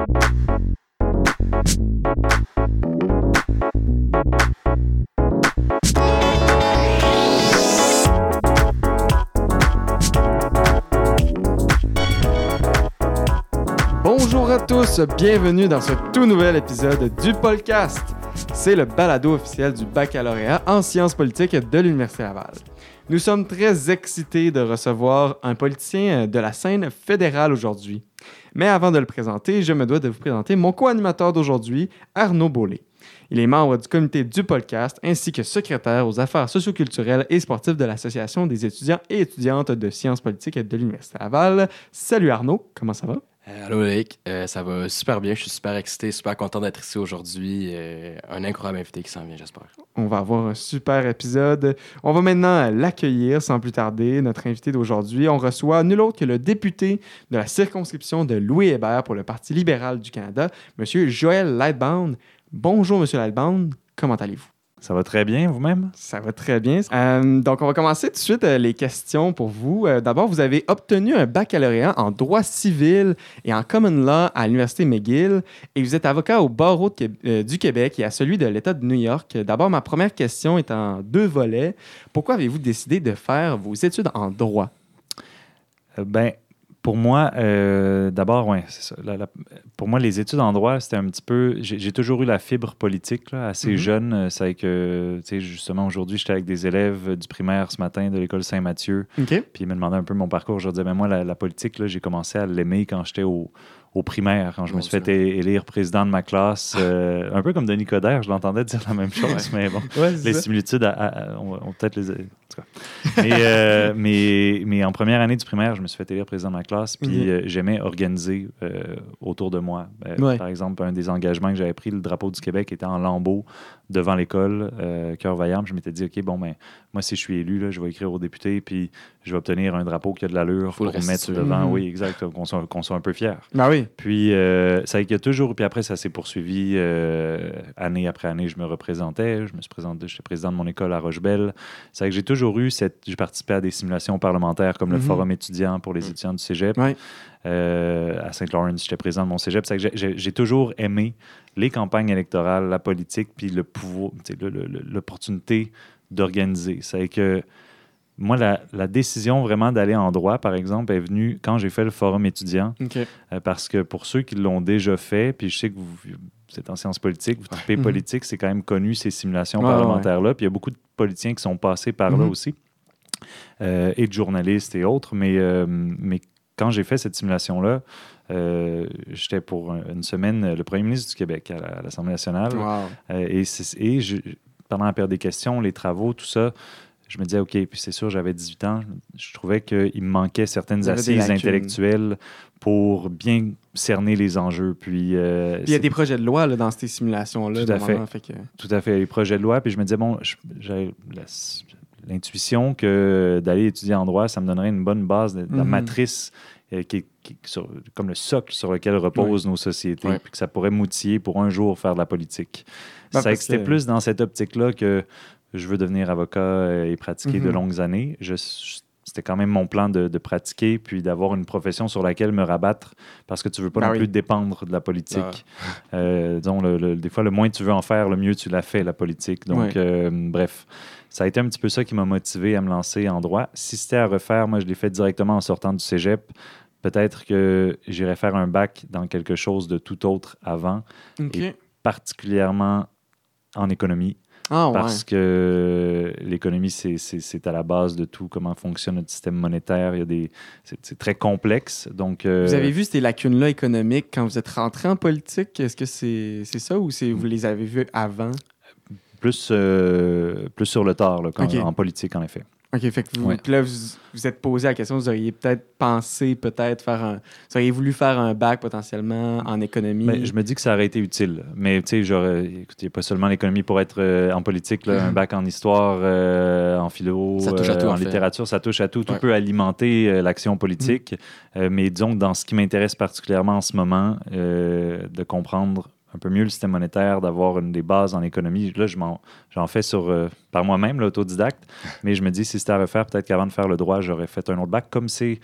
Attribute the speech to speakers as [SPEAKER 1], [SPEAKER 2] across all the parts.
[SPEAKER 1] Bonjour à tous, bienvenue dans ce tout nouvel épisode du podcast. C'est le balado officiel du baccalauréat en sciences politiques de l'Université Laval. Nous sommes très excités de recevoir un politicien de la scène fédérale aujourd'hui. Mais avant de le présenter, je me dois de vous présenter mon co-animateur d'aujourd'hui, Arnaud Beaulé. Il est membre du comité du podcast ainsi que secrétaire aux affaires socioculturelles et sportives de l'Association des étudiants et étudiantes de sciences politiques de l'Université Laval. Salut Arnaud, comment ça va?
[SPEAKER 2] Allô Loïc, ça va super bien, je suis super excité, super content d'être ici aujourd'hui. Un incroyable invité qui s'en vient, j'espère.
[SPEAKER 1] On va avoir un super épisode. On va maintenant l'accueillir sans plus tarder. Notre invité d'aujourd'hui, on reçoit nul autre que le député de la circonscription de Louis-Hébert pour le Parti libéral du Canada, M. Joël Lightbound. Bonjour M. Lightbound, comment allez-vous?
[SPEAKER 3] Ça va très bien, vous-même?
[SPEAKER 1] Ça va très bien. Donc, on va commencer tout de suite les questions pour vous. D'abord, vous avez obtenu un baccalauréat en droit civil et en common law à l'Université McGill et vous êtes avocat au barreau du Québec et à celui de l'État de New York. D'abord, ma première question est en deux volets. Pourquoi avez-vous décidé de faire vos études en droit?
[SPEAKER 3] Pour moi, d'abord, oui, c'est ça. Pour moi, les études en droit, c'était un petit peu... J'ai toujours eu la fibre politique, là, assez jeune. C'est que, tu sais, justement, aujourd'hui, j'étais avec des élèves du primaire ce matin de l'école Saint-Mathieu.
[SPEAKER 1] Okay.
[SPEAKER 3] Puis ils me demandaient un peu mon parcours. Je leur disais, moi, la politique, là, j'ai commencé à l'aimer quand j'étais au primaire, quand je me suis fait élire président de ma classe. Un peu comme Denis Coderre, je l'entendais dire la même chose, mais bon, les similitudes ont peut-être les... En tout cas. Mais en première année du primaire, je me suis fait élire président de ma classe, puis j'aimais organiser autour de moi. Par exemple, un des engagements que j'avais pris, le drapeau du Québec était en lambeaux devant l'école, Cœur Vaillant. Je m'étais dit, OK, moi, si je suis élu, là, je vais écrire aux députés, puis je vais obtenir un drapeau qui a de l'allure pour le mettre devant. Oui, exact, qu'on soit un peu fiers.
[SPEAKER 1] Ben oui.
[SPEAKER 3] Puis, ça a toujours... Puis après, ça s'est poursuivi année après année. Je me représentais. J'étais président de mon école à Rochebelle. C'est vrai que j'ai toujours eu j'ai participé à des simulations parlementaires comme le Forum étudiant pour les étudiants du cégep.
[SPEAKER 1] Ouais.
[SPEAKER 3] À Saint-Laurent, j'étais président de mon cégep. C'est que j'ai toujours aimé les campagnes électorales, la politique, puis le pouvoir, l'opportunité d'organiser. C'est que moi, la décision vraiment d'aller en droit, par exemple, est venue quand j'ai fait le forum étudiant.
[SPEAKER 1] Okay.
[SPEAKER 3] Parce que pour ceux qui l'ont déjà fait, puis je sais que vous êtes en sciences politiques, vous tripez politique, c'est quand même connu ces simulations parlementaires-là. Puis il y a beaucoup de politiciens qui sont passés par là aussi, et de journalistes et autres. Mais quand j'ai fait cette simulation-là, j'étais pour une semaine le premier ministre du Québec à l'Assemblée nationale.
[SPEAKER 1] Wow.
[SPEAKER 3] Pendant la période des questions, les travaux, tout ça, je me disais, OK, puis c'est sûr, j'avais 18 ans, je trouvais qu'il me manquait certaines assises intellectuelles pour bien cerner les enjeux. Puis il
[SPEAKER 1] y a des projets de loi là, dans ces simulations-là.
[SPEAKER 3] Tout à fait. Tout à fait, les projets de loi. Puis je me disais, j'avais l'intuition que d'aller étudier en droit, ça me donnerait une bonne base, la matrice comme le socle sur lequel reposent nos sociétés, puis que ça pourrait m'outiller pour un jour faire de la politique. C'était plus dans cette optique-là que je veux devenir avocat et pratiquer de longues années. C'était quand même mon plan de pratiquer puis d'avoir une profession sur laquelle me rabattre parce que tu ne veux pas non plus dépendre de la politique. Disons, des fois, le moins tu veux en faire, le mieux tu la fais, la politique. Donc, bref, ça a été un petit peu ça qui m'a motivé à me lancer en droit. Si c'était à refaire, moi, je l'ai fait directement en sortant du cégep. Peut-être que j'irais faire un bac dans quelque chose de tout autre avant, et particulièrement en économie. Parce que l'économie, c'est à la base de tout, comment fonctionne notre système monétaire. C'est très complexe. Donc,
[SPEAKER 1] vous avez vu ces lacunes-là économiques quand vous êtes rentré en politique? Est-ce que c'est ça ou vous les avez vues avant?
[SPEAKER 3] Plus sur le tard, là, en politique, en effet.
[SPEAKER 1] OK, fait que puis là, vous êtes posé la question, vous auriez peut-être pensé, vous auriez voulu faire un bac potentiellement en économie.
[SPEAKER 3] Ben, je me dis que ça aurait été utile. Mais tu sais, écoutez, il n'y a pas seulement l'économie pour être en politique, là, un bac en histoire, en philo, en littérature, ça touche à tout. Tout peut alimenter l'action politique. Mais disons que dans ce qui m'intéresse particulièrement en ce moment, de comprendre un peu mieux le système monétaire, d'avoir des bases en économie. Là, j'en fais par moi-même, l'autodidacte, mais je me dis, si c'était à refaire, peut-être qu'avant de faire le droit, j'aurais fait un autre bac, comme c'est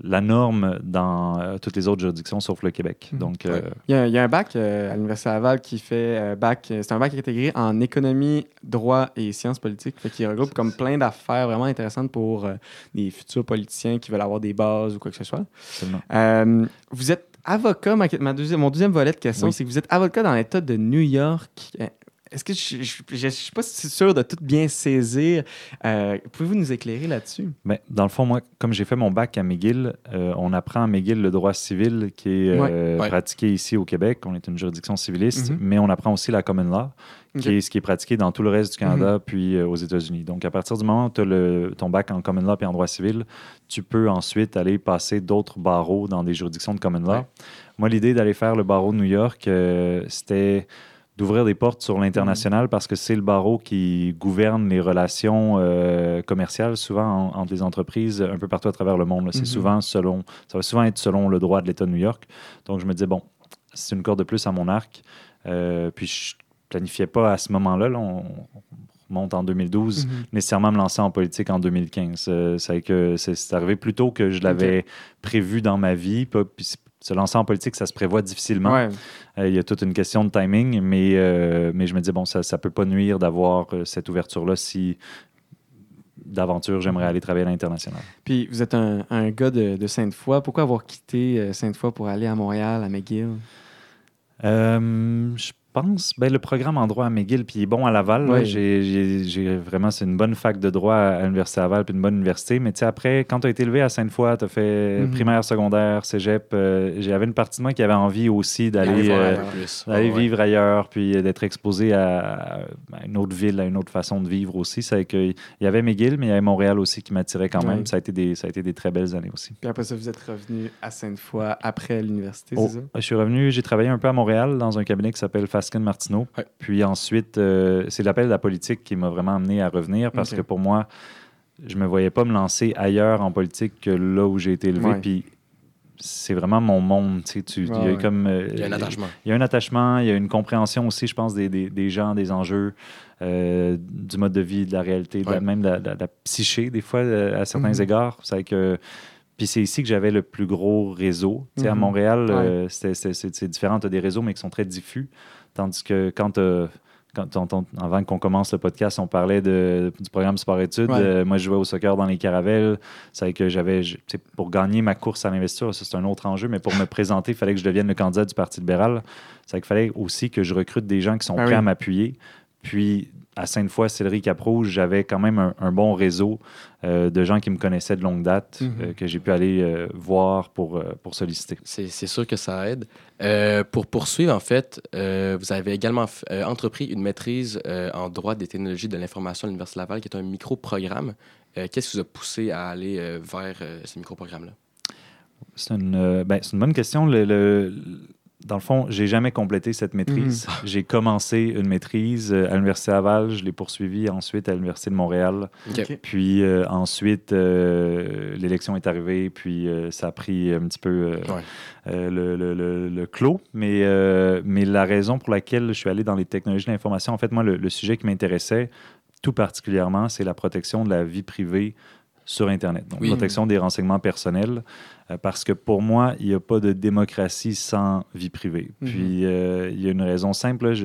[SPEAKER 3] la norme dans toutes les autres juridictions, sauf le Québec. Donc,
[SPEAKER 1] il y a un bac à l'Université Laval qui fait c'est un bac intégré en économie, droit et sciences politiques, qui regroupe comme plein d'affaires vraiment intéressantes pour des futurs politiciens qui veulent avoir des bases ou quoi que ce soit. Vous êtes avocat, mon deuxième volet de question, c'est que vous êtes avocat dans l'État de New York. Est-ce que je ne suis pas si sûr de tout bien saisir? Pouvez-vous nous éclairer là-dessus?
[SPEAKER 3] Bien, dans le fond, moi, comme j'ai fait mon bac à McGill, on apprend à McGill le droit civil qui est pratiqué ici au Québec. On est une juridiction civiliste, mais on apprend aussi la common law, qui est ce qui est pratiqué dans tout le reste du Canada puis aux États-Unis. Donc, à partir du moment où tu as ton bac en common law et en droit civil, tu peux ensuite aller passer d'autres barreaux dans des juridictions de common law. Ouais. Moi, l'idée d'aller faire le barreau de New York, c'était d'ouvrir des portes sur l'international parce que c'est le barreau qui gouverne les relations commerciales, souvent entre les entreprises un peu partout à travers le monde. C'est souvent ça va souvent être selon le droit de l'État de New York. Donc, je me disais, bon, c'est une corde de plus à mon arc. Puis, je planifiais pas à ce moment-là, on remonte en 2012, nécessairement me lancer en politique en 2015. C'est arrivé plus tôt que je l'avais prévu dans ma vie. Puis se lancer en politique, ça se prévoit difficilement. Ouais. Il y a toute une question de timing, mais je me dis, bon, ça ne peut pas nuire d'avoir cette ouverture-là si d'aventure, j'aimerais aller travailler à l'international.
[SPEAKER 1] Puis, vous êtes un gars de Sainte-Foy. Pourquoi avoir quitté Sainte-Foy pour aller à Montréal, à McGill?
[SPEAKER 3] Je pense, le programme en droit à McGill, puis bon à Laval, là, j'ai vraiment, c'est une bonne fac de droit à l'Université Laval, puis une bonne université, mais tu sais, après, quand tu as été élevé à Sainte-Foy, tu as fait primaire, secondaire, cégep, j'avais une partie de moi qui avait envie aussi d'aller vivre ailleurs, puis d'être exposé à une autre ville, à une autre façon de vivre aussi. C'est qu'il y avait McGill, mais il y avait Montréal aussi qui m'attirait quand même. Ça a été des très belles années aussi.
[SPEAKER 1] Puis après ça, vous êtes revenu à Sainte-Foy après l'université, c'est ça?
[SPEAKER 3] Je suis revenu, j'ai travaillé un peu à Montréal dans un cabinet qui s'appelle Fasken-Martineau. Ouais. Puis ensuite, c'est l'appel de la politique qui m'a vraiment amené à revenir parce que pour moi, je me voyais pas me lancer ailleurs en politique que là où j'ai été élevé. Puis c'est vraiment mon monde. Il y a comme,
[SPEAKER 2] il y a un attachement.
[SPEAKER 3] Il y a un attachement, il y a une compréhension aussi, je pense, des gens, des enjeux, du mode de vie, de la réalité, même de la psyché, des fois, à certains égards. C'est que puis c'est ici que j'avais le plus gros réseau. À Montréal, c'est différent. Tu as des réseaux, mais qui sont très diffus. Tandis que avant qu'on commence le podcast, on parlait du programme sport-études. Moi, je jouais au soccer dans les Caravelles. C'est que pour gagner ma course à l'investiture, ça, c'est un autre enjeu, mais pour me présenter, il fallait que je devienne le candidat du Parti libéral. C'est qu'il fallait aussi que je recrute des gens qui sont prêts à m'appuyer. Puis, à Sainte-Foy, Sillery, Cap-Rouge, j'avais quand même un bon réseau de gens qui me connaissaient de longue date, que j'ai pu aller voir pour solliciter.
[SPEAKER 2] C'est sûr que ça aide. Pour poursuivre, en fait, vous avez également entrepris une maîtrise en droit des technologies de l'information à l'Université Laval, qui est un micro-programme. Qu'est-ce qui vous a poussé à aller vers ce micro-programme-là?
[SPEAKER 3] C'est une bonne question. Dans le fond, j'ai jamais complété cette maîtrise. J'ai commencé une maîtrise à l'Université Laval, je l'ai poursuivie ensuite à l'Université de Montréal. Okay. Puis ensuite, l'élection est arrivée, puis ça a pris un petit peu le clos. Mais la raison pour laquelle je suis allé dans les technologies de l'information, en fait, moi, le sujet qui m'intéressait tout particulièrement, c'est la protection de la vie privée sur Internet, donc protection des renseignements personnels, parce que pour moi, il n'y a pas de démocratie sans vie privée. Puis, il y a une raison simple. Là,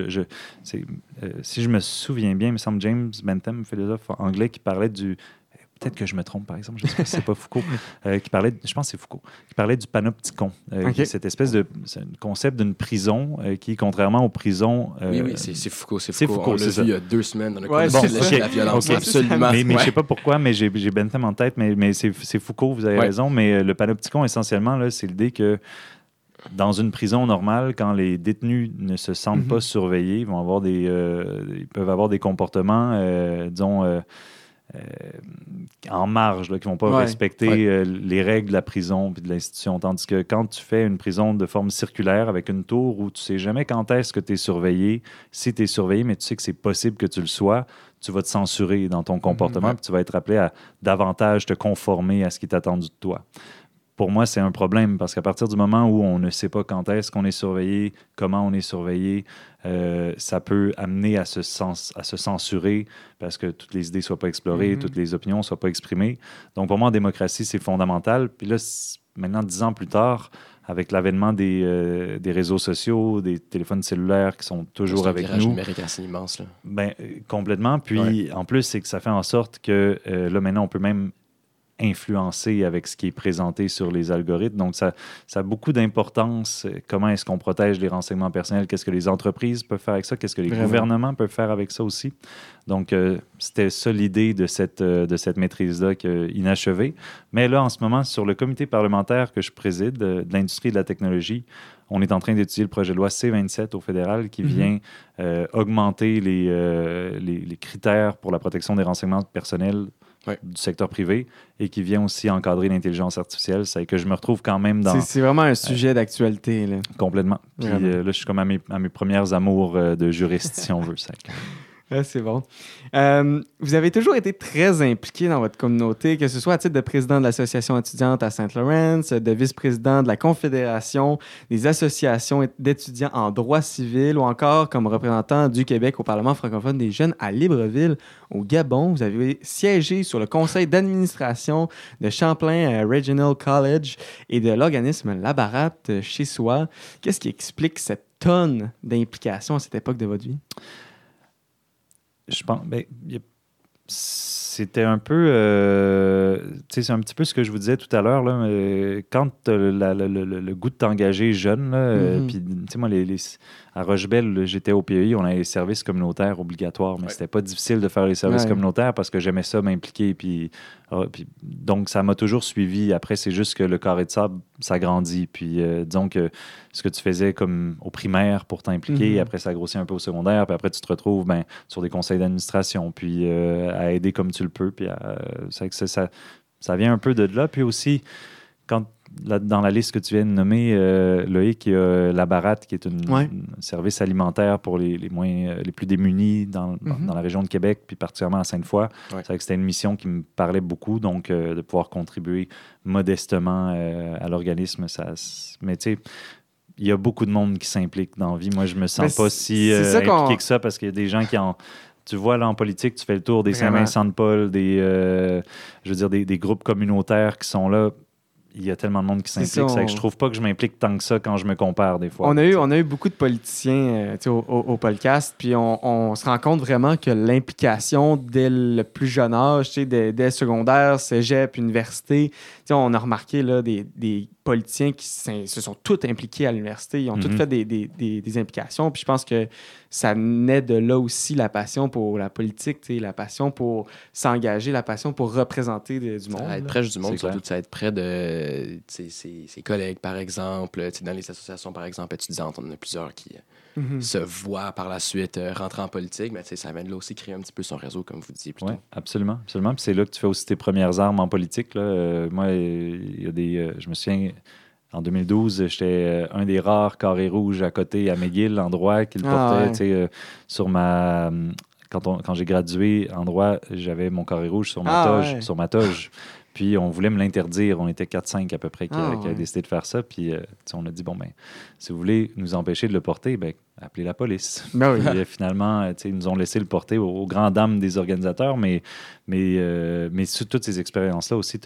[SPEAKER 3] si je me souviens bien, il me semble James Bentham, philosophe anglais, qui parlait du... Peut-être que je me trompe, par exemple, je ne sais pas si c'est pas Foucault, qui parlait, je pense que c'est Foucault, qui parlait du panopticon, cette espèce de concept d'une prison qui, contrairement aux prisons...
[SPEAKER 2] Oui, c'est Foucault. On l'a vu il y a 2 semaines dans le cours
[SPEAKER 3] de
[SPEAKER 2] la violence, absolument.
[SPEAKER 3] Mais je ne sais pas pourquoi, mais j'ai Bentham en tête, mais c'est Foucault, vous avez raison, mais le panopticon, essentiellement, là, c'est l'idée que dans une prison normale, quand les détenus ne se sentent pas surveillés, ils peuvent avoir des comportements, disons... en marge, là, qui ne vont pas respecter les règles de la prison et de l'institution. Tandis que quand tu fais une prison de forme circulaire avec une tour où tu ne sais jamais quand est-ce que tu es surveillé, si tu es surveillé, mais tu sais que c'est possible que tu le sois, tu vas te censurer dans ton comportement puis tu vas être appelé à davantage te conformer à ce qui est attendu de toi. Pour moi, c'est un problème parce qu'à partir du moment où on ne sait pas quand est-ce qu'on est surveillé, comment on est surveillé, ça peut amener à se censurer parce que toutes les idées ne soient pas explorées, toutes les opinions ne soient pas exprimées. Donc, pour moi, en démocratie, c'est fondamental. Puis là, maintenant 10 ans plus tard, avec l'avènement des réseaux sociaux, des téléphones cellulaires qui sont toujours avec nous.
[SPEAKER 2] C'est un virage numérique assez immense. Là.
[SPEAKER 3] Ben, complètement. Puis, en plus, c'est que ça fait en sorte que là, maintenant, on peut même influencer avec ce qui est présenté sur les algorithmes. Donc, ça a beaucoup d'importance. Comment est-ce qu'on protège les renseignements personnels? Qu'est-ce que les entreprises peuvent faire avec ça? Qu'est-ce que les gouvernements peuvent faire avec ça aussi? Donc, c'était ça l'idée de cette maîtrise-là inachevée. Mais là, en ce moment, sur le comité parlementaire que je préside de l'industrie de la technologie, on est en train d'étudier le projet de loi C-27 au fédéral qui vient augmenter les critères pour la protection des renseignements personnels du secteur privé et qui vient aussi encadrer l'intelligence artificielle. C'est que je me retrouve quand même dans...
[SPEAKER 1] C'est vraiment un sujet d'actualité. Là.
[SPEAKER 3] Complètement. Puis là, je suis comme à mes premières amours de juriste, si on veut. Ça.
[SPEAKER 1] Ah, c'est bon. Vous avez toujours été très impliqué dans votre communauté, que ce soit à titre de président de l'association étudiante à Saint-Laurent, de vice-président de la Confédération des associations d'étudiants en droit civil ou encore comme représentant du Québec au Parlement francophone des jeunes à Libreville, au Gabon. Vous avez siégé sur le conseil d'administration de Champlain Regional College et de l'organisme Labarat chez soi. Qu'est-ce qui explique cette tonne d'implication à cette époque de votre vie?
[SPEAKER 3] Je pense, c'était un peu, c'est un petit peu ce que je vous disais tout à l'heure, là, quand le goût de t'engager jeune, puis moi, à Rochebelle, j'étais au PEI, on avait les services communautaires obligatoires, mais c'était pas difficile de faire les services communautaires parce que j'aimais ça m'impliquer, puis donc ça m'a toujours suivi. Après, c'est juste que le carré de sable, ça grandit, puis disons que ce que tu faisais comme au primaire pour t'impliquer, après ça grossit un peu au secondaire, puis après tu te retrouves sur des conseils d'administration, puis à aider comme tu le peux, puis ça vient un peu de là, puis aussi quand dans la liste que tu viens de nommer, Loïc, il y a Labarat, qui est un service alimentaire pour les plus démunis dans la région de Québec, puis particulièrement à Sainte-Foy. C'est vrai que c'était une mission qui me parlait beaucoup, donc de pouvoir contribuer modestement à l'organisme. Mais tu sais, il y a beaucoup de monde qui s'implique dans la vie. Moi, je me sens pas si impliqué que ça, parce qu'il y a des gens qui en... Tu vois, là, en politique, tu fais le tour des Saint-Vincent-de-Paul, des groupes communautaires qui sont là. Il y a tellement de monde qui s'implique. C'est que je trouve pas que je m'implique tant que ça quand je me compare des fois.
[SPEAKER 1] On a eu beaucoup de politiciens au podcast, puis on se rend compte vraiment que l'implication dès le plus jeune âge, dès secondaire, cégep, université, on a remarqué là, des politiciens qui se sont tous impliqués à l'université. Ils ont tous fait des implications. Puis je pense que ça naît de là aussi la passion pour la politique, la passion pour s'engager, la passion pour représenter du monde.
[SPEAKER 2] Être près du monde, surtout, être près de ses collègues, par exemple. Dans les associations, par exemple, étudiantes, on en a plusieurs qui se voient par la suite rentrer en politique. Mais ça vient de là aussi créer un petit peu son réseau, comme vous disiez plus tôt.
[SPEAKER 3] Oui, absolument. Puis c'est là que tu fais aussi tes premières armes en politique. Là. Moi, il y a des... je me souviens... En 2012, j'étais un des rares carrés rouges à côté à McGill en droit qui le portait. Sur ma... Quand j'ai gradué en droit, j'avais mon carré rouge sur ma toge. Puis on voulait me l'interdire. On était 4-5 à peu près qui avaient décidé de faire ça. Puis on a dit, si vous voulez nous empêcher de le porter, appelez la police. Puis, finalement, ils nous ont laissé le porter aux grandes dames des organisateurs. Mais sur toutes ces expériences-là aussi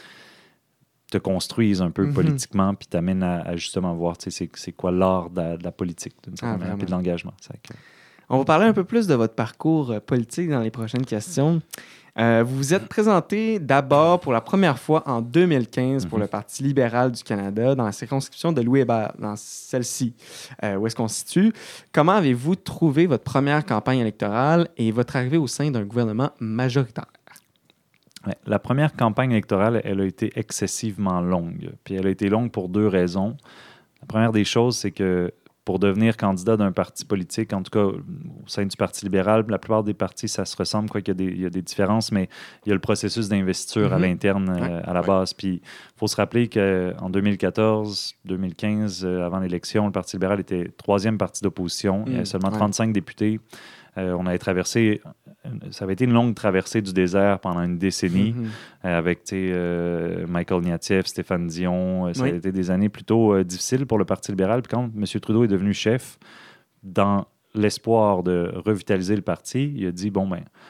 [SPEAKER 3] te construisent un peu politiquement, puis t'amènent à justement voir c'est quoi l'art de la politique, d'une certaine manière, puis de l'engagement.
[SPEAKER 1] On va parler un peu plus de votre parcours politique dans les prochaines questions. Vous vous êtes présenté d'abord pour la première fois en 2015 pour le Parti libéral du Canada dans la circonscription de Louis Hébert, dans celle-ci. Où est-ce qu'on se situe? Comment avez-vous trouvé votre première campagne électorale et votre arrivée au sein d'un gouvernement majoritaire?
[SPEAKER 3] Ouais, la première campagne électorale, elle a été excessivement longue. Puis elle a été longue pour 2 raisons. La première des choses, c'est que pour devenir candidat d'un parti politique, en tout cas au sein du Parti libéral, la plupart des partis, ça se ressemble, quoi qu'il y a des différences, mais il y a le processus d'investiture à l'interne, à la base. Puis il faut se rappeler qu'en 2014, 2015, avant l'élection, le Parti libéral était 3e parti d'opposition. Il y avait seulement 35 députés. On avait traversé, ça avait été une longue traversée du désert pendant une décennie avec Michael Ignatieff, Stéphane Dion. Ça a été des années plutôt difficiles pour le Parti libéral. Puis quand M. Trudeau est devenu chef, dans l'espoir de revitaliser le parti, il a dit,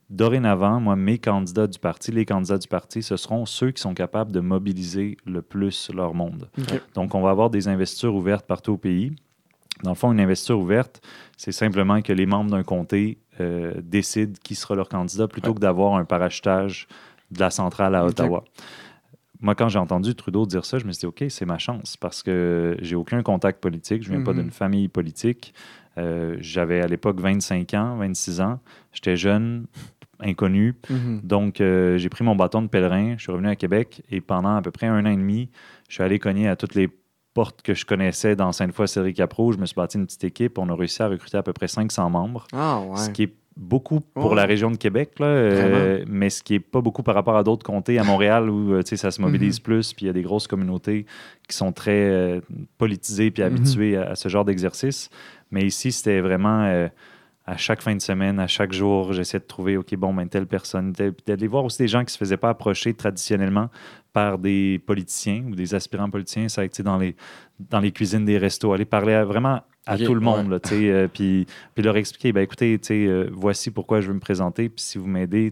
[SPEAKER 3] dorénavant, moi, mes candidats du parti, les candidats du parti, ce seront ceux qui sont capables de mobiliser le plus leur monde.
[SPEAKER 1] OK.
[SPEAKER 3] Donc, on va avoir des investitures ouvertes partout au pays. Dans le fond, une investiture ouverte, c'est simplement que les membres d'un comté décident qui sera leur candidat plutôt que d'avoir un parachutage de la centrale à Ottawa. Moi, quand j'ai entendu Trudeau dire ça, je me suis dit, OK, c'est ma chance parce que j'ai aucun contact politique, je ne viens pas d'une famille politique. J'avais à l'époque 25 ans, 26 ans. J'étais jeune, inconnu. Donc, j'ai pris mon bâton de pèlerin, je suis revenu à Québec et pendant à peu près 1 an et demi, je suis allé cogner à toutes les portes que je connaissais dans Sainte-Foy-Série-Capro. Je me suis bâti une petite équipe. On a réussi à recruter à peu près 500 membres.
[SPEAKER 1] Ah, ouais.
[SPEAKER 3] Ce qui est beaucoup pour la région de Québec, là, mais ce qui n'est pas beaucoup par rapport à d'autres comtés, à Montréal, où ça se mobilise plus, puis il y a des grosses communautés qui sont très politisées puis habituées à ce genre d'exercice. Mais ici, c'était vraiment à chaque fin de semaine, à chaque jour, j'essayais de trouver, OK, bon, ben, telle personne, d'aller voir aussi des gens qui ne se faisaient pas approcher traditionnellement par des politiciens ou des aspirants politiciens, ça a été dans les cuisines des restos, aller parler vraiment à tout le monde, là, puis leur expliquer, ben, écoutez, voici pourquoi je veux me présenter, puis si vous m'aidez,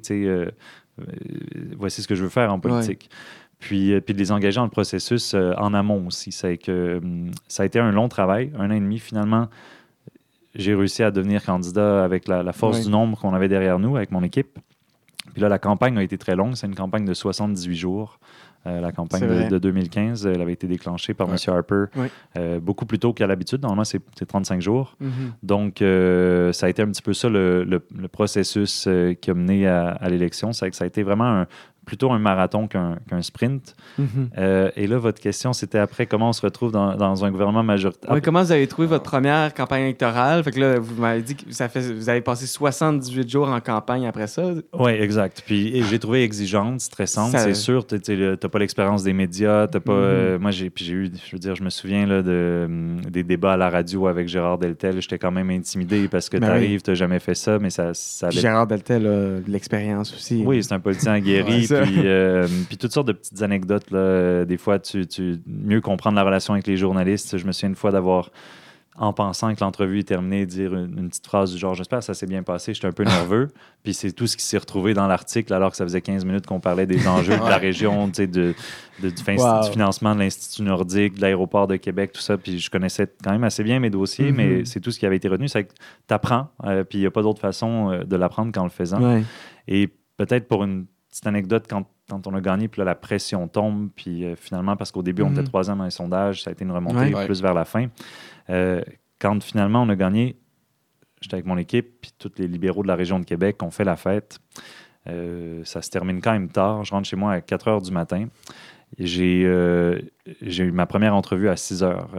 [SPEAKER 3] voici ce que je veux faire en politique. Puis de les engager dans le processus en amont aussi. Ça a été un long travail, 1 an et demi finalement. J'ai réussi à devenir candidat avec la force du nombre qu'on avait derrière nous, avec mon équipe. Puis là, la campagne a été très longue. C'est une campagne de 78 jours. La campagne de 2015, elle avait été déclenchée par M. Harper beaucoup plus tôt qu'à l'habitude. Normalement, c'est 35 jours. Donc, ça a été un petit peu ça le processus qui a mené à l'élection. Ça a été vraiment plutôt un marathon qu'un sprint. Et là, votre question, c'était après comment on se retrouve dans un gouvernement majoritaire.
[SPEAKER 1] Oui, comment vous avez trouvé votre première campagne électorale? Fait que là, vous m'avez dit que vous avez passé 78 jours en campagne après ça.
[SPEAKER 3] Oui, exact. Puis j'ai trouvé exigeante, stressante. C'est sûr, tu n'as pas l'expérience des médias. T'as pas, moi, j'ai eu, je me souviens là, des débats à la radio avec Gérard Deltel. J'étais quand même intimidé parce que tu arrives, tu n'as jamais fait ça, mais ça
[SPEAKER 1] puis Gérard Deltel a de l'expérience aussi.
[SPEAKER 3] Oui, c'est un politicien aguerri. Puis toutes sortes de petites anecdotes. Là. Des fois, tu mieux comprendre la relation avec les journalistes. Je me souviens une fois d'avoir, en pensant que l'entrevue est terminée, dire une petite phrase du genre « J'espère que ça s'est bien passé, j'étais un peu nerveux. » Puis c'est tout ce qui s'est retrouvé dans l'article alors que ça faisait 15 minutes qu'on parlait des enjeux de la région, du financement de l'Institut nordique, de l'aéroport de Québec, tout ça. Puis je connaissais quand même assez bien mes dossiers, mais c'est tout ce qui avait été retenu. C'est que tu apprends, puis il n'y a pas d'autre façon de l'apprendre qu'en le faisant. Et peut-être pour une petite anecdote, quand on a gagné, puis là, la pression tombe, puis finalement, parce qu'au début, on était 3e dans les sondages, ça a été une remontée plus vers la fin. Quand finalement, on a gagné, j'étais avec mon équipe, puis tous les libéraux de la région de Québec ont fait la fête. Ça se termine quand même tard. Je rentre chez moi à 4 heures du matin. J'ai eu ma première entrevue à 6 heures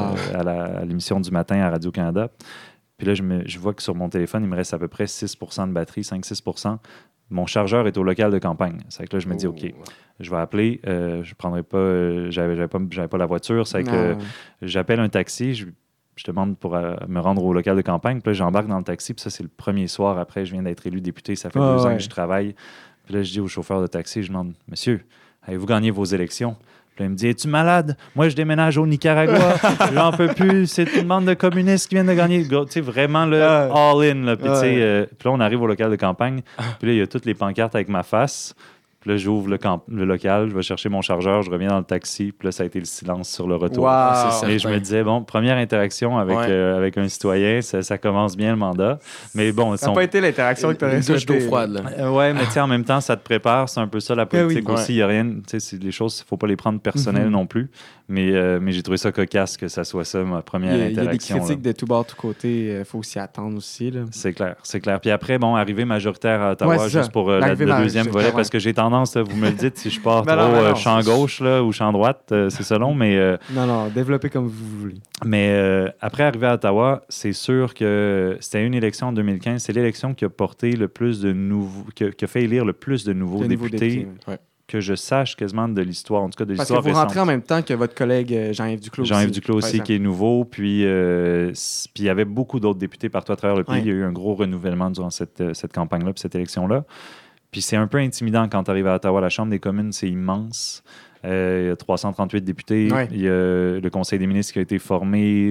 [SPEAKER 3] à l'émission du matin à Radio-Canada. Puis là, je vois que sur mon téléphone, il me reste à peu près 6 % de batterie, 5-6 %. Mon chargeur est au local de campagne. C'est que là, je me dis, OK, je vais appeler. Je prendrai pas, j'avais pas la voiture. C'est que j'appelle un taxi. Je demande pour me rendre au local de campagne. Puis là, j'embarque dans le taxi. Puis ça, c'est le premier soir. Après, je viens d'être élu député. Ça fait 2 ans que je travaille. Puis là, je dis au chauffeur de taxi, je demande, monsieur, avez-vous gagné vos élections? Puis là, il me dit, es-tu malade? Moi, je déménage au Nicaragua. J'en peux plus. C'est une bande de communistes qui viennent de gagner. Tu sais, vraiment, là, all-in. Là. Puis, puis là, on arrive au local de campagne. Puis là, il y a toutes les pancartes avec ma face. Puis là, j'ouvre le local, je vais chercher mon chargeur, je reviens dans le taxi. Puis là, ça a été le silence sur le retour. Et je me disais, bon, première interaction avec un citoyen, ça commence bien le mandat. Mais bon,
[SPEAKER 1] ça n'a pas été l'interaction que tu aurais souhaité.
[SPEAKER 2] Une douche d'eau froide.
[SPEAKER 3] Oui, mais tu sais, en même temps, ça te prépare. C'est un peu ça, la politique aussi. Il n'y a rien, tu sais, les choses, il ne faut pas les prendre personnelles non plus. Mais j'ai trouvé ça cocasse que ça soit ça, ma première interaction.
[SPEAKER 1] Il y a des critiques de tout bord, tout côté. Il faut s'y attendre aussi. Là.
[SPEAKER 3] C'est clair. Puis après, bon, arrivée majoritaire à Ottawa, juste pour le deuxième volet, parce que j'ai tendance, vous me le dites, si je pars trop champ gauche là, ou champ droite, c'est selon, mais...
[SPEAKER 1] Non, développez comme vous voulez.
[SPEAKER 3] Mais après arriver à Ottawa, c'est sûr que c'était une élection en 2015. C'est l'élection qui a porté le plus de nouveaux... qui a fait élire le plus de nouveaux députés. Que je sache quasiment de l'histoire, en tout cas de l'histoire récente.
[SPEAKER 1] Parce que vous rentrez en même temps que votre collègue Jean-Yves Duclos aussi.
[SPEAKER 3] Jean-Yves Duclos aussi, qui est nouveau. Puis il y avait beaucoup d'autres députés partout à travers le pays. Il y a eu un gros renouvellement durant cette campagne-là, puis cette élection-là. Puis c'est un peu intimidant quand tu arrives à Ottawa. La Chambre des communes, c'est immense. Il y a 338 députés. Il y a le Conseil des ministres qui a été formé.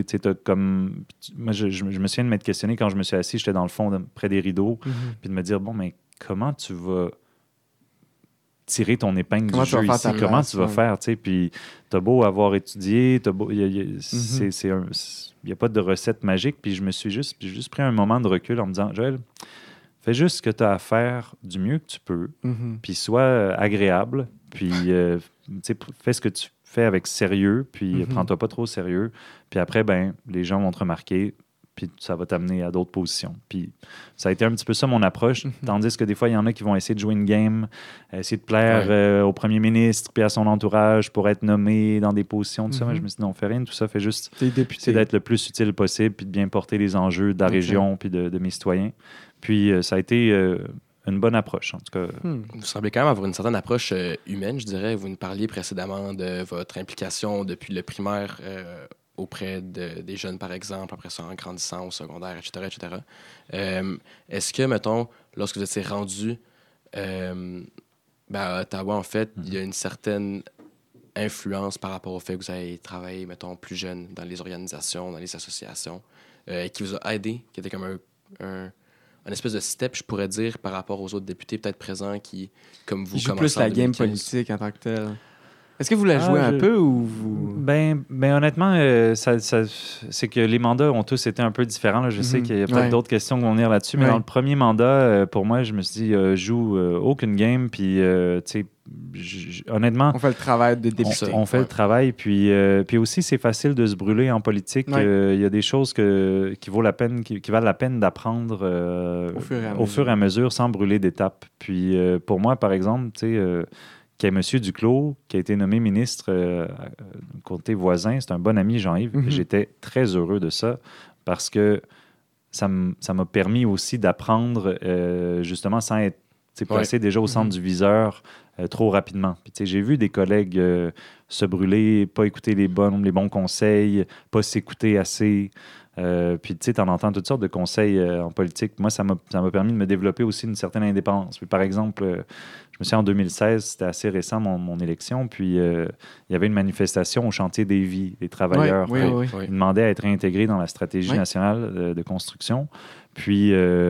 [SPEAKER 3] Moi, je me souviens de m'être questionné quand je me suis assis. J'étais dans le fond, près des rideaux. Puis de me dire, bon, mais comment tu vas tirer ton épingle
[SPEAKER 1] Comment
[SPEAKER 3] du
[SPEAKER 1] tu vas
[SPEAKER 3] jeu
[SPEAKER 1] faire
[SPEAKER 3] ici?
[SPEAKER 1] ta
[SPEAKER 3] Comment
[SPEAKER 1] place,
[SPEAKER 3] tu vas
[SPEAKER 1] ouais.
[SPEAKER 3] faire? Tu sais, puis t'as beau avoir étudié,
[SPEAKER 1] Mhm.
[SPEAKER 3] il n'y a pas de recette magique. Puis j'ai juste pris un moment de recul en me disant, Joël, fais juste ce que tu as à faire du mieux que tu peux,
[SPEAKER 1] Mhm.
[SPEAKER 3] puis sois agréable, puis tu sais, fais ce que tu fais avec sérieux, puis
[SPEAKER 1] Mhm.
[SPEAKER 3] prends-toi pas trop au sérieux. Puis après, ben, les gens vont te remarquer, puis ça va t'amener à d'autres positions. Puis ça a été un petit peu ça mon approche, tandis que des fois, il y en a qui vont essayer de jouer une game, essayer de plaire au premier ministre, puis à son entourage pour être nommé dans des positions, tout ça. Mais je me suis dit, non, fais rien de tout ça, fais juste
[SPEAKER 1] T'es député.
[SPEAKER 3] c'est d'être le plus utile possible, puis de bien porter les enjeux de la région, puis de mes citoyens. Puis ça a été une bonne approche, en tout cas.
[SPEAKER 2] Vous semblez quand même avoir une certaine approche humaine, je dirais. Vous nous parliez précédemment de votre implication depuis le primaire auprès des jeunes, par exemple, après ça en grandissant au secondaire, etc., etc. Est-ce que, mettons, lorsque vous étiez rendu à Ottawa, en fait, il y a une certaine influence par rapport au fait que vous avez travaillé, mettons, plus jeune dans les organisations, dans les associations, qui vous a aidé, qui était comme un espèce de step, je pourrais dire, par rapport aux autres députés peut-être présents qui, comme vous,
[SPEAKER 1] Il joue
[SPEAKER 2] commencent
[SPEAKER 1] plus la
[SPEAKER 2] en
[SPEAKER 1] game
[SPEAKER 2] 2015.
[SPEAKER 1] politique en tant que telle. Est-ce que vous la jouez un peu ou vous...
[SPEAKER 3] Ben honnêtement, c'est que les mandats ont tous été un peu différents. Là. Je sais qu'il y a peut-être d'autres questions qui vont venir là-dessus, mais dans le premier mandat, pour moi, je me suis dit, joue aucune game, puis tu sais, honnêtement...
[SPEAKER 1] On fait le travail de député.
[SPEAKER 3] On fait le travail, puis aussi, c'est facile de se brûler en politique. Il y a des choses qui valent la peine d'apprendre au fur et à mesure sans brûler d'étapes. Puis pour moi, par exemple, tu sais... qu'il y a M. Duclos, qui a été nommé ministre côté voisin. C'est un bon ami, Jean-Yves. J'étais très heureux de ça parce que ça m'a permis aussi d'apprendre justement sans être placé déjà au centre du viseur trop rapidement. Puis, j'ai vu des collègues se brûler, pas écouter les bons conseils, pas s'écouter assez. Puis, tu sais, t'en entends toutes sortes de conseils en politique. Moi, ça m'a permis de me développer aussi une certaine indépendance. Puis, par exemple, je me souviens en 2016, c'était assez récent mon élection, puis il y avait une manifestation au chantier des vies, les travailleurs. Ils demandaient à être intégrés dans la stratégie nationale de construction. Puis,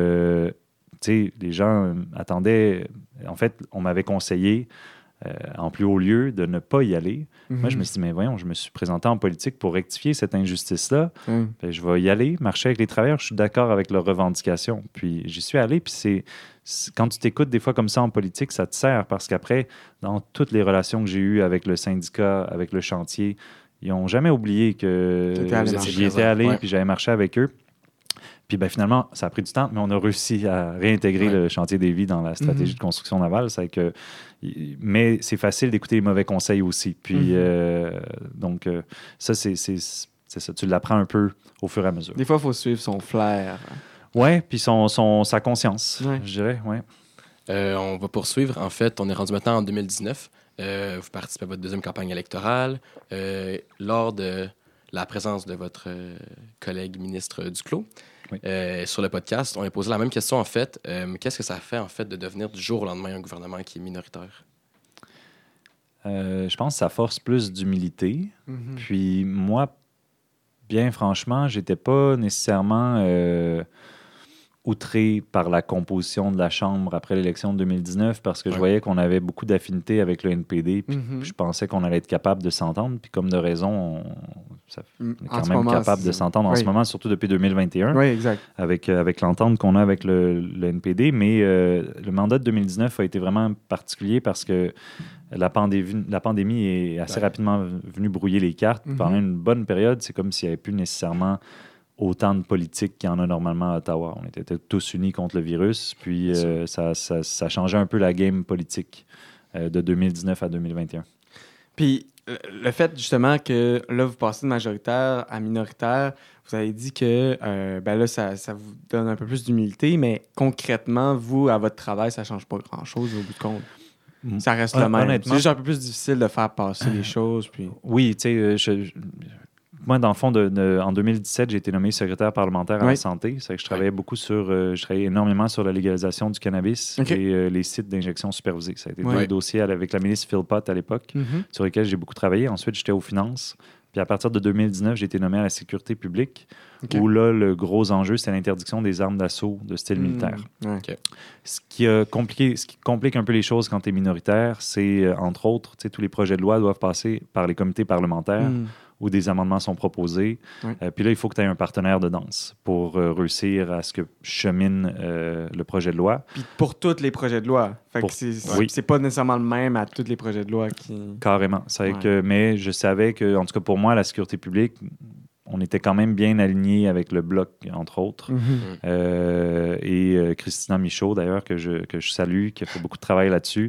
[SPEAKER 3] tu sais, les gens attendaient... En fait, on m'avait conseillé en plus haut lieu de ne pas y aller. Moi, je me suis dit, mais voyons, je me suis présenté en politique pour rectifier cette injustice-là. Je vais y aller, marcher avec les travailleurs. Je suis d'accord avec leurs revendications. Puis j'y suis allé. Puis quand tu t'écoutes des fois comme ça en politique, ça te sert parce qu'après, dans toutes les relations que j'ai eues avec le syndicat, avec le chantier, ils n'ont jamais oublié que j'y étais allé puis j'avais marché avec eux. Puis finalement, ça a pris du temps, mais on a réussi à réintégrer le chantier des vies dans la stratégie de construction navale. Mais c'est facile d'écouter les mauvais conseils aussi. Puis donc, ça, c'est ça. Tu l'apprends un peu au fur et à mesure.
[SPEAKER 1] Des fois, il faut suivre son flair.
[SPEAKER 3] Oui, puis sa conscience, je dirais. Ouais.
[SPEAKER 2] On va poursuivre. En fait, on est rendu maintenant en 2019. Vous participez à votre deuxième campagne électorale. Lors de la présence de votre collègue ministre Duclos, sur le podcast, on a posé la même question, en fait. Qu'est-ce que ça fait, en fait, de devenir du jour au lendemain un gouvernement qui est minoritaire?
[SPEAKER 3] Je pense que ça force plus d'humilité. Puis moi, bien franchement, j'étais pas nécessairement outré par la composition de la Chambre après l'élection de 2019 parce que je voyais qu'on avait beaucoup d'affinités avec le NPD. Puis je pensais qu'on allait être capable de s'entendre. Puis comme de raison, on est quand même capable de s'entendre en ce moment, surtout depuis 2021.
[SPEAKER 1] Oui, exact.
[SPEAKER 3] Avec l'entente qu'on a avec le NPD. Mais le mandat de 2019 a été vraiment particulier parce que la pandémie est assez rapidement venue brouiller les cartes. Pendant une bonne période, c'est comme s'il n'y avait plus nécessairement autant de politique qu'il y en a normalement à Ottawa. On était tous unis contre le virus, puis ça changeait un peu la game politique de 2019 à 2021.
[SPEAKER 1] Puis le fait justement que là, vous passez de majoritaire à minoritaire, vous avez dit que là, ça vous donne un peu plus d'humilité, mais concrètement, vous, à votre travail, ça ne change pas grand-chose au bout de compte. Ça reste le même. C'est juste un peu plus difficile de faire passer les choses. Puis...
[SPEAKER 3] Oui, tu sais, moi, dans le fond, en 2017, j'ai été nommé secrétaire parlementaire à la santé. C'est que je travaillais beaucoup je travaillais énormément sur la légalisation du cannabis et les sites d'injection supervisés. Ça a été deux dossiers avec la ministre Philpott à l'époque, sur lesquels j'ai beaucoup travaillé. Ensuite, j'étais aux finances. Puis à partir de 2019, j'ai été nommé à la sécurité publique,
[SPEAKER 1] OK.
[SPEAKER 3] où là, le gros enjeu, c'était l'interdiction des armes d'assaut de style militaire.
[SPEAKER 1] Ouais.
[SPEAKER 3] Ce qui complique un peu les choses quand tu es minoritaire, c'est, entre autres, tu sais, tous les projets de loi doivent passer par les comités parlementaires où des amendements sont proposés.
[SPEAKER 1] Ouais.
[SPEAKER 3] Puis là, il faut que tu aies un partenaire de danse pour réussir à ce que chemine le projet de loi.
[SPEAKER 1] Puis pour tous les projets de loi. Fait
[SPEAKER 3] Pour-
[SPEAKER 1] que
[SPEAKER 3] oui.
[SPEAKER 1] c'est pas nécessairement le même à tous les projets de loi qui...
[SPEAKER 3] Carrément. C'est
[SPEAKER 1] Ouais.
[SPEAKER 3] que, mais je savais que, en tout cas pour moi, la sécurité publique, on était quand même bien alignés avec le Bloc, entre autres. Et Christina Michaud, d'ailleurs, que je salue, qui a fait beaucoup de travail là-dessus.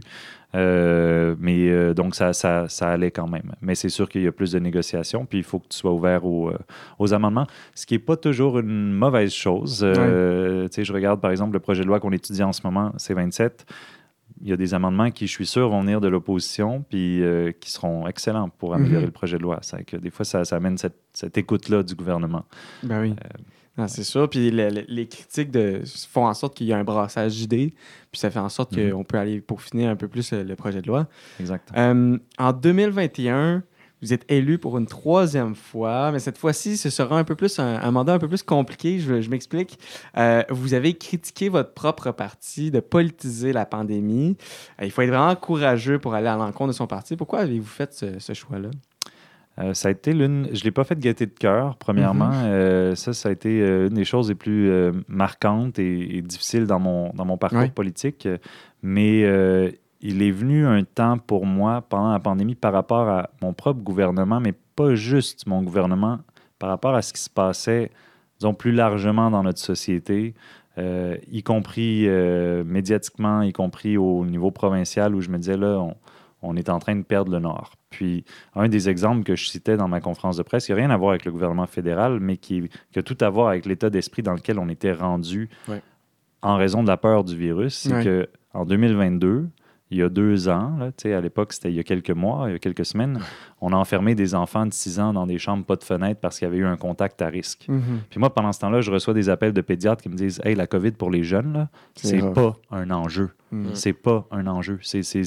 [SPEAKER 3] Donc, ça allait quand même. Mais c'est sûr qu'il y a plus de négociations, puis il faut que tu sois ouvert aux amendements, ce qui n'est pas toujours une mauvaise chose. Tu sais, je regarde, par exemple, le projet de loi qu'on étudie en ce moment, C-27. Il y a des amendements qui, je suis sûr, vont venir de l'opposition, puis qui seront excellents pour améliorer le projet de loi. C'est que des fois, ça amène cette écoute-là du gouvernement.
[SPEAKER 1] Ben oui. Non, c'est sûr. Puis les critiques font en sorte qu'il y a un brassage d'idées, puis ça fait en sorte qu'on peut aller peaufiner un peu plus le projet de loi.
[SPEAKER 3] Exact.
[SPEAKER 1] En 2021, vous êtes élu pour une 3e fois, mais cette fois-ci, ce sera un peu plus un mandat un peu plus compliqué. Je m'explique. Vous avez critiqué votre propre parti de politiser la pandémie. Il faut être vraiment courageux pour aller à l'encontre de son parti. Pourquoi avez-vous fait ce choix-là?
[SPEAKER 3] Ça a été je ne l'ai pas fait de gaieté de cœur, premièrement. Ça a été une des choses les plus marquantes et difficiles dans mon parcours politique. Mais il est venu un temps pour moi, pendant la pandémie, par rapport à mon propre gouvernement, mais pas juste mon gouvernement, par rapport à ce qui se passait, disons, plus largement dans notre société, y compris médiatiquement, y compris au niveau provincial, où je me disais, là, on est en train de perdre le Nord. Puis, un des exemples que je citais dans ma conférence de presse, qui n'a rien à voir avec le gouvernement fédéral, mais qui a tout à voir avec l'état d'esprit dans lequel on était rendu en raison de la peur du virus, c'est qu'en 2022, il y a 2 ans, là, à l'époque, c'était il y a quelques mois, il y a quelques semaines, on a enfermé des enfants de 6 ans dans des chambres pas de fenêtres parce qu'il y avait eu un contact à risque. Puis moi, pendant ce temps-là, je reçois des appels de pédiatres qui me disent « Hey, la COVID pour les jeunes, là, c'est pas un enjeu. C'est pas un enjeu.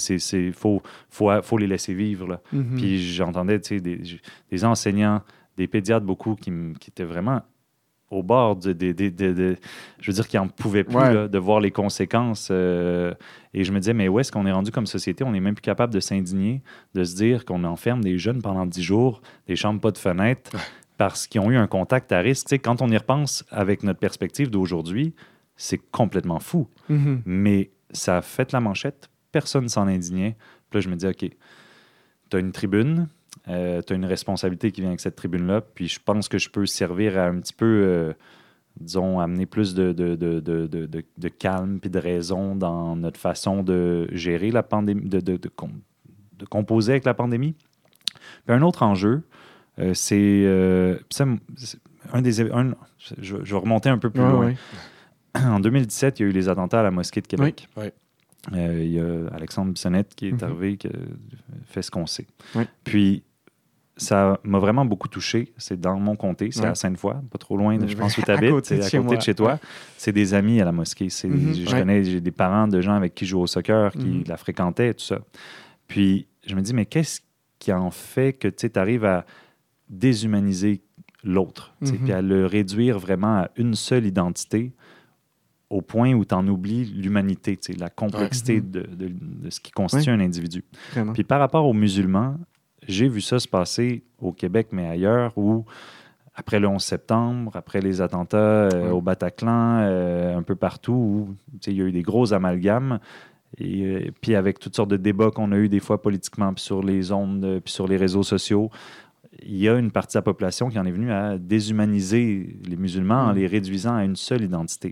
[SPEAKER 3] Faut les laisser vivre. » Là. Puis j'entendais des enseignants, des pédiatres beaucoup qui étaient vraiment au bord je veux dire, qui n'en pouvaient plus là, de voir les conséquences. Et je me disais, mais où est-ce qu'on est rendu comme société? On n'est même plus capable de s'indigner, de se dire qu'on enferme des jeunes pendant 10 jours, des chambres pas de fenêtres, parce qu'ils ont eu un contact à risque. Tu sais, quand on y repense avec notre perspective d'aujourd'hui, c'est complètement fou. Mais ça a fait la manchette, personne ne s'en indignait. Puis là, je me dis, OK, tu as une tribune, tu as une responsabilité qui vient avec cette tribune-là, puis je pense que je peux servir à un petit peu, disons, amener plus de calme puis de raison dans notre façon de gérer la pandémie, de composer avec la pandémie. Puis un autre enjeu, je vais remonter un peu plus loin. En 2017, il y a eu les attentats à la mosquée de Québec. Il y a Alexandre Bissonnette qui est arrivé, qui a fait ce qu'on sait. Puis, ça m'a vraiment beaucoup touché. C'est dans mon comté, c'est à Sainte-Foy, pas trop loin, je pense, où tu habites. C'est à côté de chez toi. C'est des amis à la mosquée. J'ai des parents de gens avec qui je joue au soccer, qui la fréquentaient, tout ça. Puis, je me dis, mais qu'est-ce qui en fait que tu arrives à déshumaniser l'autre, puis à le réduire vraiment à une seule identité, au point où tu en oublies l'humanité, la complexité de ce qui constitue un individu.
[SPEAKER 1] Vraiment.
[SPEAKER 3] Puis par rapport aux musulmans, j'ai vu ça se passer au Québec, mais ailleurs, où après le 11 septembre, après les attentats au Bataclan, un peu partout, où il y a eu des gros amalgames, et puis avec toutes sortes de débats qu'on a eu des fois politiquement, puis sur les ondes, puis sur les réseaux sociaux, il y a une partie de la population qui en est venue à déshumaniser les musulmans en les réduisant à une seule identité.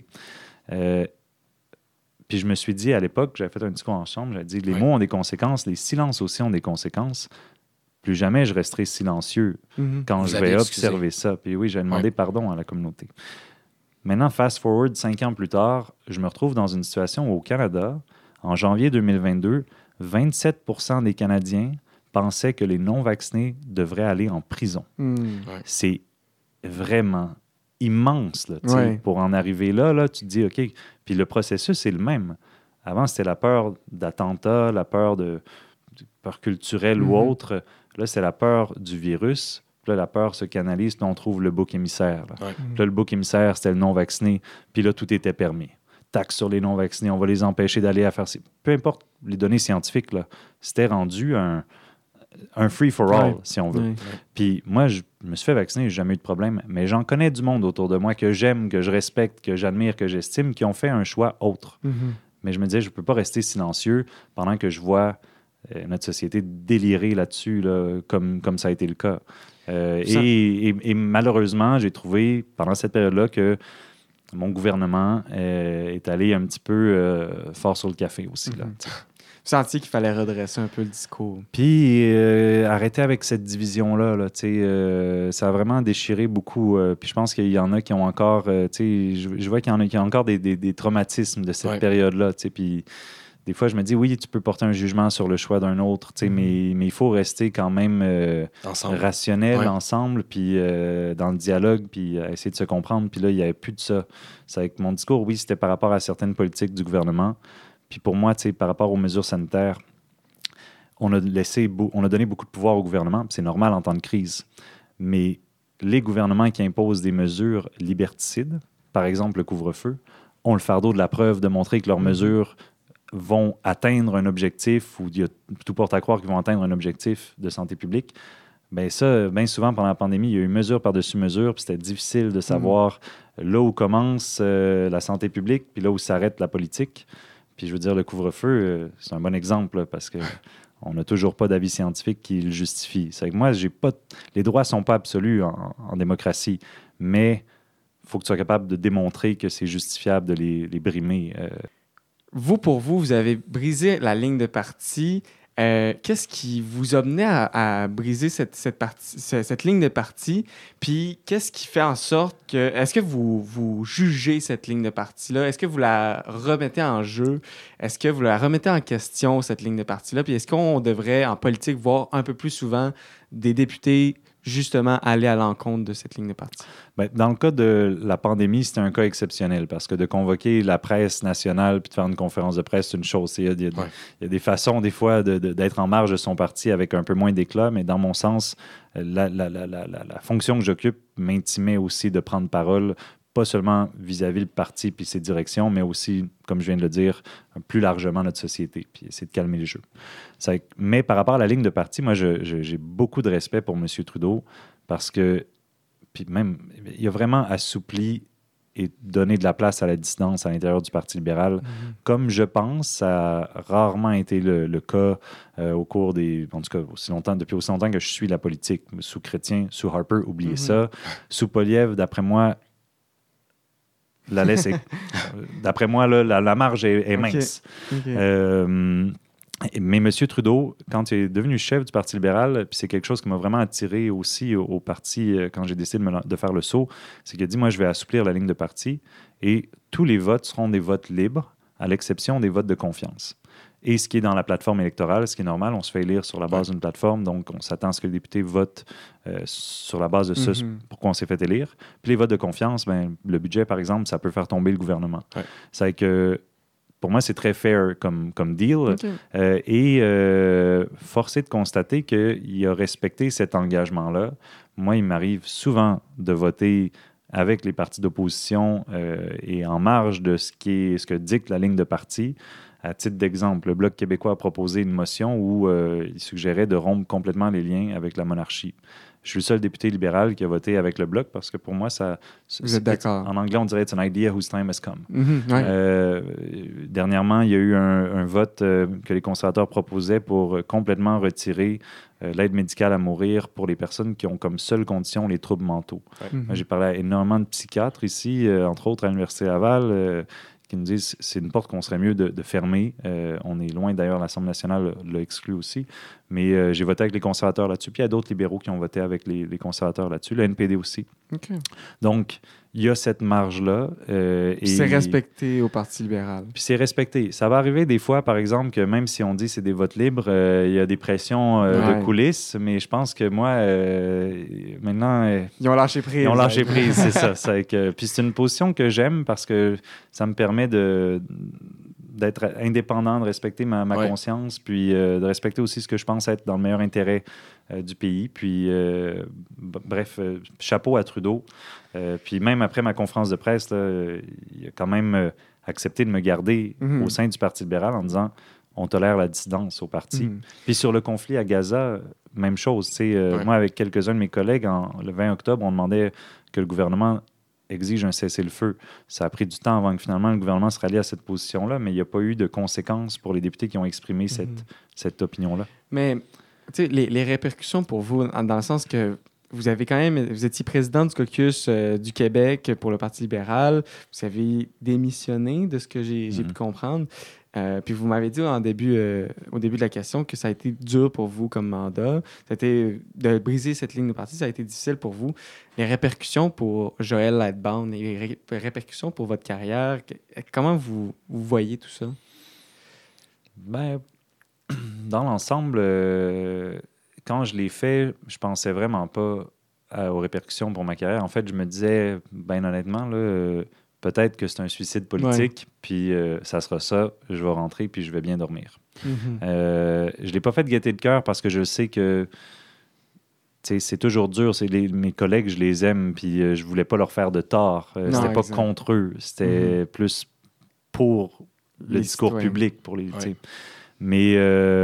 [SPEAKER 3] Puis je me suis dit, à l'époque, j'avais fait un discours en chambre, j'avais dit, les mots ont des conséquences, les silences aussi ont des conséquences. Plus jamais je resterai silencieux quand je vais observer ça. Puis oui, j'ai demandé pardon à la communauté. Maintenant, fast forward 5 ans plus tard, je me retrouve dans une situation où au Canada, en janvier 2022, 27% des Canadiens pensaient que les non-vaccinés devraient aller en prison. C'est vraiment immense. Là, pour en arriver là, tu te dis, OK, puis le processus est le même. Avant, c'était la peur d'attentats, la peur culturelle ou autre. Là, c'est la peur du virus. Puis là, la peur se canalise, puis on trouve le bouc émissaire. Là.
[SPEAKER 2] Ouais.
[SPEAKER 3] Puis là, le bouc émissaire, c'était le non-vacciné, puis là, tout était permis. Taxe sur les non-vaccinés, on va les empêcher d'aller à faire... Peu importe les données scientifiques, là, c'était rendu un free-for-all, si on veut.
[SPEAKER 1] Ouais.
[SPEAKER 3] Puis moi, je me suis fait vacciner, j'ai jamais eu de problème, mais j'en connais du monde autour de moi que j'aime, que je respecte, que j'admire, que j'estime, qui ont fait un choix autre. Mais je me disais, je ne peux pas rester silencieux pendant que je vois notre société délirer là-dessus, là, comme ça a été le cas. Et malheureusement, j'ai trouvé pendant cette période-là que mon gouvernement est allé un petit peu fort sur le café aussi. Là,
[SPEAKER 1] Vous sentiez qu'il fallait redresser un peu le discours.
[SPEAKER 3] Puis arrêter avec cette division-là, là, ça a vraiment déchiré beaucoup. Puis je pense qu'il y en a qui ont encore, je vois qu'il y en a qui ont encore des traumatismes de cette période-là. Puis des fois, je me dis, oui, tu peux porter un jugement sur le choix d'un autre, mais il faut rester quand même rationnel ensemble, puis dans le dialogue, puis essayer de se comprendre. Puis là, il n'y avait plus de ça. C'est avec mon discours, oui, c'était par rapport à certaines politiques du gouvernement. Puis pour moi, par rapport aux mesures sanitaires, on a donné beaucoup de pouvoir au gouvernement, puis c'est normal en temps de crise. Mais les gouvernements qui imposent des mesures liberticides, par exemple le couvre-feu, ont le fardeau de la preuve de montrer que leurs mesures vont atteindre un objectif, ou tout porte à croire qu'ils vont atteindre un objectif de santé publique. Bien ça, bien souvent pendant la pandémie, il y a eu mesure par-dessus mesure, puis c'était difficile de savoir là où commence la santé publique, puis là où s'arrête la politique. Puis je veux dire, le couvre-feu, c'est un bon exemple, là, parce qu'on n'a toujours pas d'avis scientifique qui le justifie. C'est que moi, les droits ne sont pas absolus en démocratie, mais il faut que tu sois capable de démontrer que c'est justifiable de les brimer.
[SPEAKER 1] Pour vous, vous avez brisé la ligne de parti. Qu'est-ce qui vous a mené à briser cette ligne de parti? Puis qu'est-ce qui fait en sorte que... Est-ce que vous jugez cette ligne de parti-là? Est-ce que vous la remettez en jeu? Est-ce que vous la remettez en question, cette ligne de parti-là? Puis est-ce qu'on devrait, en politique, voir un peu plus souvent des députés justement aller à l'encontre de cette ligne de parti?
[SPEAKER 3] Bien, dans le cas de la pandémie, c'était un cas exceptionnel parce que de convoquer la presse nationale puis de faire une conférence de presse, c'est une chose. Il y a des façons, des fois, d'être en marge de son parti avec un peu moins d'éclat, mais dans mon sens, la fonction que j'occupe m'intimait aussi de prendre parole, pas seulement vis-à-vis le parti puis ses directions, mais aussi, comme je viens de le dire, plus largement notre société, puis essayer de calmer le jeu. Mais par rapport à la ligne de parti, moi, j'ai beaucoup de respect pour M. Trudeau parce que, puis même, il a vraiment assoupli et donné de la place à la dissidence à l'intérieur du Parti libéral, comme je pense, ça a rarement été le cas au cours en tout cas, depuis aussi longtemps que je suis la politique. Sous Chrétien, sous Harper, oubliez ça. Sous Poilievre, d'après moi, d'après moi, là, la marge est mince. Mais M. Trudeau, quand il est devenu chef du Parti libéral, puis c'est quelque chose qui m'a vraiment attiré aussi au parti quand j'ai décidé de faire le saut, c'est qu'il a dit, moi, je vais assouplir la ligne de parti et tous les votes seront des votes libres, à l'exception des votes de confiance. Et ce qui est dans la plateforme électorale, ce qui est normal, on se fait élire sur la base d'une plateforme, donc on s'attend à ce que les députés votent sur la base de ça, pourquoi on s'est fait élire. Puis les votes de confiance, ben, le budget, par exemple, ça peut faire tomber le gouvernement. C'est que, pour moi, c'est très fair comme deal. Forcé de constater qu'il a respecté cet engagement-là. Moi, il m'arrive souvent de voter avec les partis d'opposition et en marge de ce que dicte la ligne de parti. À titre d'exemple, le Bloc québécois a proposé une motion où il suggérait de rompre complètement les liens avec la monarchie. Je suis le seul député libéral qui a voté avec le Bloc parce que pour moi,
[SPEAKER 1] Vous êtes d'accord?
[SPEAKER 3] En anglais, on dirait « it's an idea whose time has come ». Dernièrement, il y a eu un vote que les conservateurs proposaient pour complètement retirer l'aide médicale à mourir pour les personnes qui ont comme seule condition les troubles mentaux. Moi, j'ai parlé à énormément de psychiatres ici, entre autres à l'Université Laval, qui nous disent que c'est une porte qu'on serait mieux de fermer. On est loin, d'ailleurs, l'Assemblée nationale l'a exclu aussi. Mais j'ai voté avec les conservateurs là-dessus. Puis il y a d'autres libéraux qui ont voté avec les conservateurs là-dessus. Le NPD aussi. Donc, il y a cette marge-là.
[SPEAKER 1] C'est respecté au Parti libéral.
[SPEAKER 3] Puis c'est respecté. Ça va arriver des fois, par exemple, que même si on dit que c'est des votes libres, il y a des pressions de coulisses. Mais je pense que moi, maintenant...
[SPEAKER 1] ils ont lâché prise.
[SPEAKER 3] Ils ont lâché prise, c'est ça. Puis c'est une position que j'aime parce que ça me permet d'être indépendant, de respecter ma conscience, puis de respecter aussi ce que je pense être dans le meilleur intérêt du pays. Puis, bref, chapeau à Trudeau. Puis même après ma conférence de presse, là, il a quand même accepté de me garder au sein du Parti libéral en disant on tolère la dissidence au parti. Puis sur le conflit à Gaza, même chose. Moi, avec quelques-uns de mes collègues, le 20 octobre, on demandait que le gouvernement exige un cessez-le-feu. Ça a pris du temps avant que finalement le gouvernement se rallie à cette position-là, mais il n'y a pas eu de conséquences pour les députés qui ont exprimé cette opinion-là.
[SPEAKER 1] Mais les répercussions pour vous, dans le sens que vous étiez président du caucus du Québec pour le Parti libéral, vous avez démissionné de ce que j'ai pu comprendre. Puis vous m'avez dit au début de la question que ça a été dur pour vous comme mandat. Ça a été de briser cette ligne de parti, ça a été difficile pour vous. Les répercussions pour Joël Lightbound, les répercussions pour votre carrière, comment vous voyez tout ça?
[SPEAKER 3] Ben, dans l'ensemble, quand je l'ai fait, je pensais vraiment pas aux répercussions pour ma carrière. En fait, je me disais, ben honnêtement, là, peut-être que c'est un suicide politique, puis ça sera ça, je vais rentrer, puis je vais bien dormir. Je ne l'ai pas fait de gaieté de cœur parce que je sais que c'est toujours dur. Mes collègues, je les aime, puis je ne voulais pas leur faire de tort. C'était pas contre eux, c'était plus pour le discours public. Pour les, mais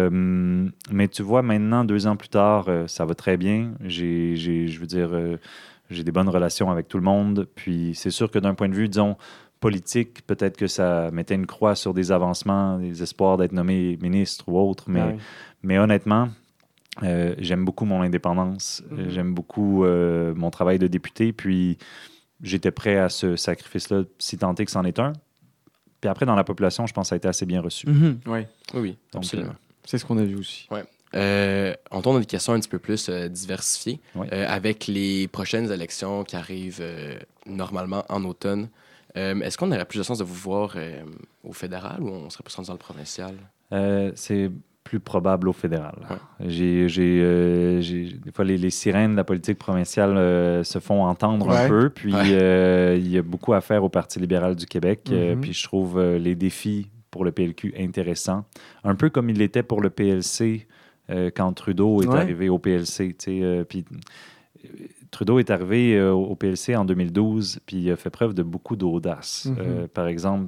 [SPEAKER 3] tu vois, maintenant, 2 ans plus tard, ça va très bien. Je veux dire... j'ai des bonnes relations avec tout le monde. Puis c'est sûr que d'un point de vue, disons, politique, peut-être que ça mettait une croix sur des avancements, des espoirs d'être nommé ministre ou autre. Mais honnêtement, j'aime beaucoup mon indépendance. J'aime beaucoup mon travail de député. Puis j'étais prêt à ce sacrifice-là, si tant est que c'en est un. Puis après, dans la population, je pense que ça a été assez bien reçu.
[SPEAKER 2] Oui,
[SPEAKER 3] donc,
[SPEAKER 2] absolument.
[SPEAKER 1] C'est ce qu'on a vu aussi.
[SPEAKER 2] Ouais. On tourne à des questions un petit peu plus diversifiées. Avec les prochaines élections qui arrivent normalement en automne, est-ce qu'on aurait plus de chance de vous voir au fédéral ou on serait plus rendu dans le provincial?
[SPEAKER 3] C'est plus probable au fédéral. Des fois, les sirènes de la politique provinciale se font entendre un peu. Puis, il y a beaucoup à faire au Parti libéral du Québec. Puis, je trouve les défis pour le PLQ intéressants. Un peu comme il l'était pour le PLC quand Trudeau est arrivé au PLC. Puis Trudeau est arrivé au PLC en 2012, puis il a fait preuve de beaucoup d'audace. Par exemple,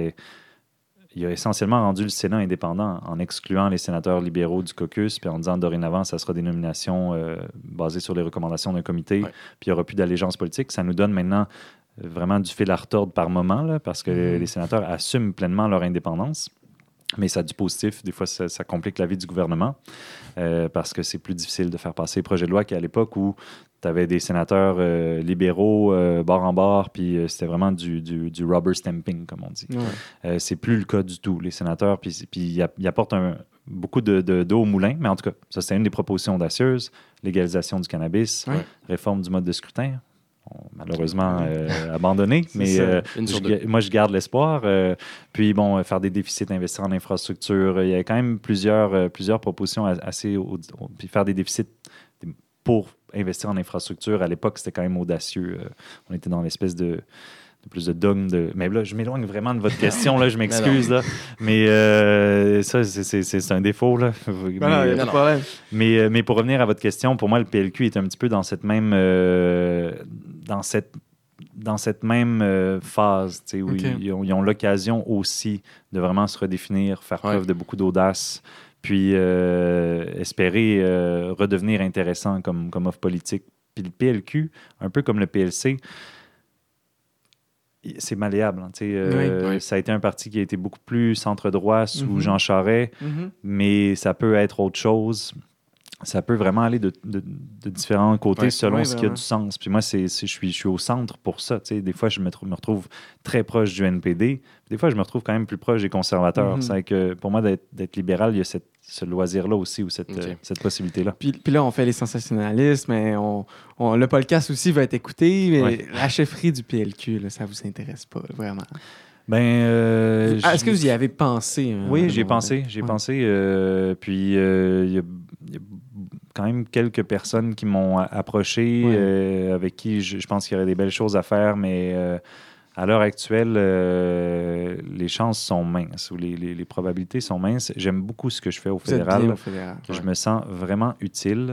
[SPEAKER 3] il a essentiellement rendu le Sénat indépendant en excluant les sénateurs libéraux du caucus, puis en disant dorénavant, ça sera des nominations basées sur les recommandations d'un comité, puis il n'y aura plus d'allégeance politique. Ça nous donne maintenant vraiment du fil à retordre par moment, là, parce que les sénateurs assument pleinement leur indépendance. Mais ça a du positif. Des fois, ça complique la vie du gouvernement parce que c'est plus difficile de faire passer les projets de loi qu'à l'époque où tu avais des sénateurs libéraux bord en bord, puis c'était vraiment du rubber stamping, comme on dit. C'est plus le cas du tout. Les sénateurs, puis ils apportent beaucoup d'eau au moulin, mais en tout cas, ça, c'est une des propositions audacieuses. Légalisation du cannabis, réforme du mode de scrutin. Malheureusement abandonné, mais moi, je garde l'espoir. Puis, bon, faire des déficits, investir en infrastructure. Il y a quand même plusieurs propositions assez... Puis faire des déficits pour investir en infrastructure, à l'époque, c'était quand même audacieux. On était dans l'espèce de plus de dogme. Mais là, je m'éloigne vraiment de votre question, là, je m'excuse. Là. Mais ça, c'est un défaut. Là.
[SPEAKER 1] Il n'y a pas de problème.
[SPEAKER 3] Mais pour revenir à votre question, pour moi, le PLQ est un petit peu dans cette même... dans cette même phase, où ils ont l'occasion aussi de vraiment se redéfinir, faire preuve de beaucoup d'audace, puis espérer redevenir intéressant comme offre politique. Puis le PLQ, un peu comme le PLC, c'est malléable. Ça a été un parti qui a été beaucoup plus centre-droit sous Jean Charest, mais ça peut être autre chose. Ça peut vraiment aller de différents côtés selon ce qui a du sens. Puis moi, je suis au centre pour ça. Des fois, je me retrouve très proche du NPD. Des fois, je me retrouve quand même plus proche des conservateurs. C'est que pour moi, d'être libéral, il y a ce loisir-là aussi, ou cette possibilité-là.
[SPEAKER 1] Puis là, on fait les sensationnalistes, mais le podcast aussi va être écouté. Mais la chefferie du PLQ, là, ça vous intéresse pas, vraiment?
[SPEAKER 3] Est-ce
[SPEAKER 1] que vous y avez pensé?
[SPEAKER 3] Oui, j'y ai pensé. Puis il y a quand même quelques personnes qui m'ont approché, avec qui je pense qu'il y aurait des belles choses à faire, mais à l'heure actuelle, les chances sont minces, ou les probabilités sont minces. J'aime beaucoup ce que je fais au fédéral.
[SPEAKER 1] Vous êtes bien au fédéral.
[SPEAKER 3] Je me sens vraiment utile.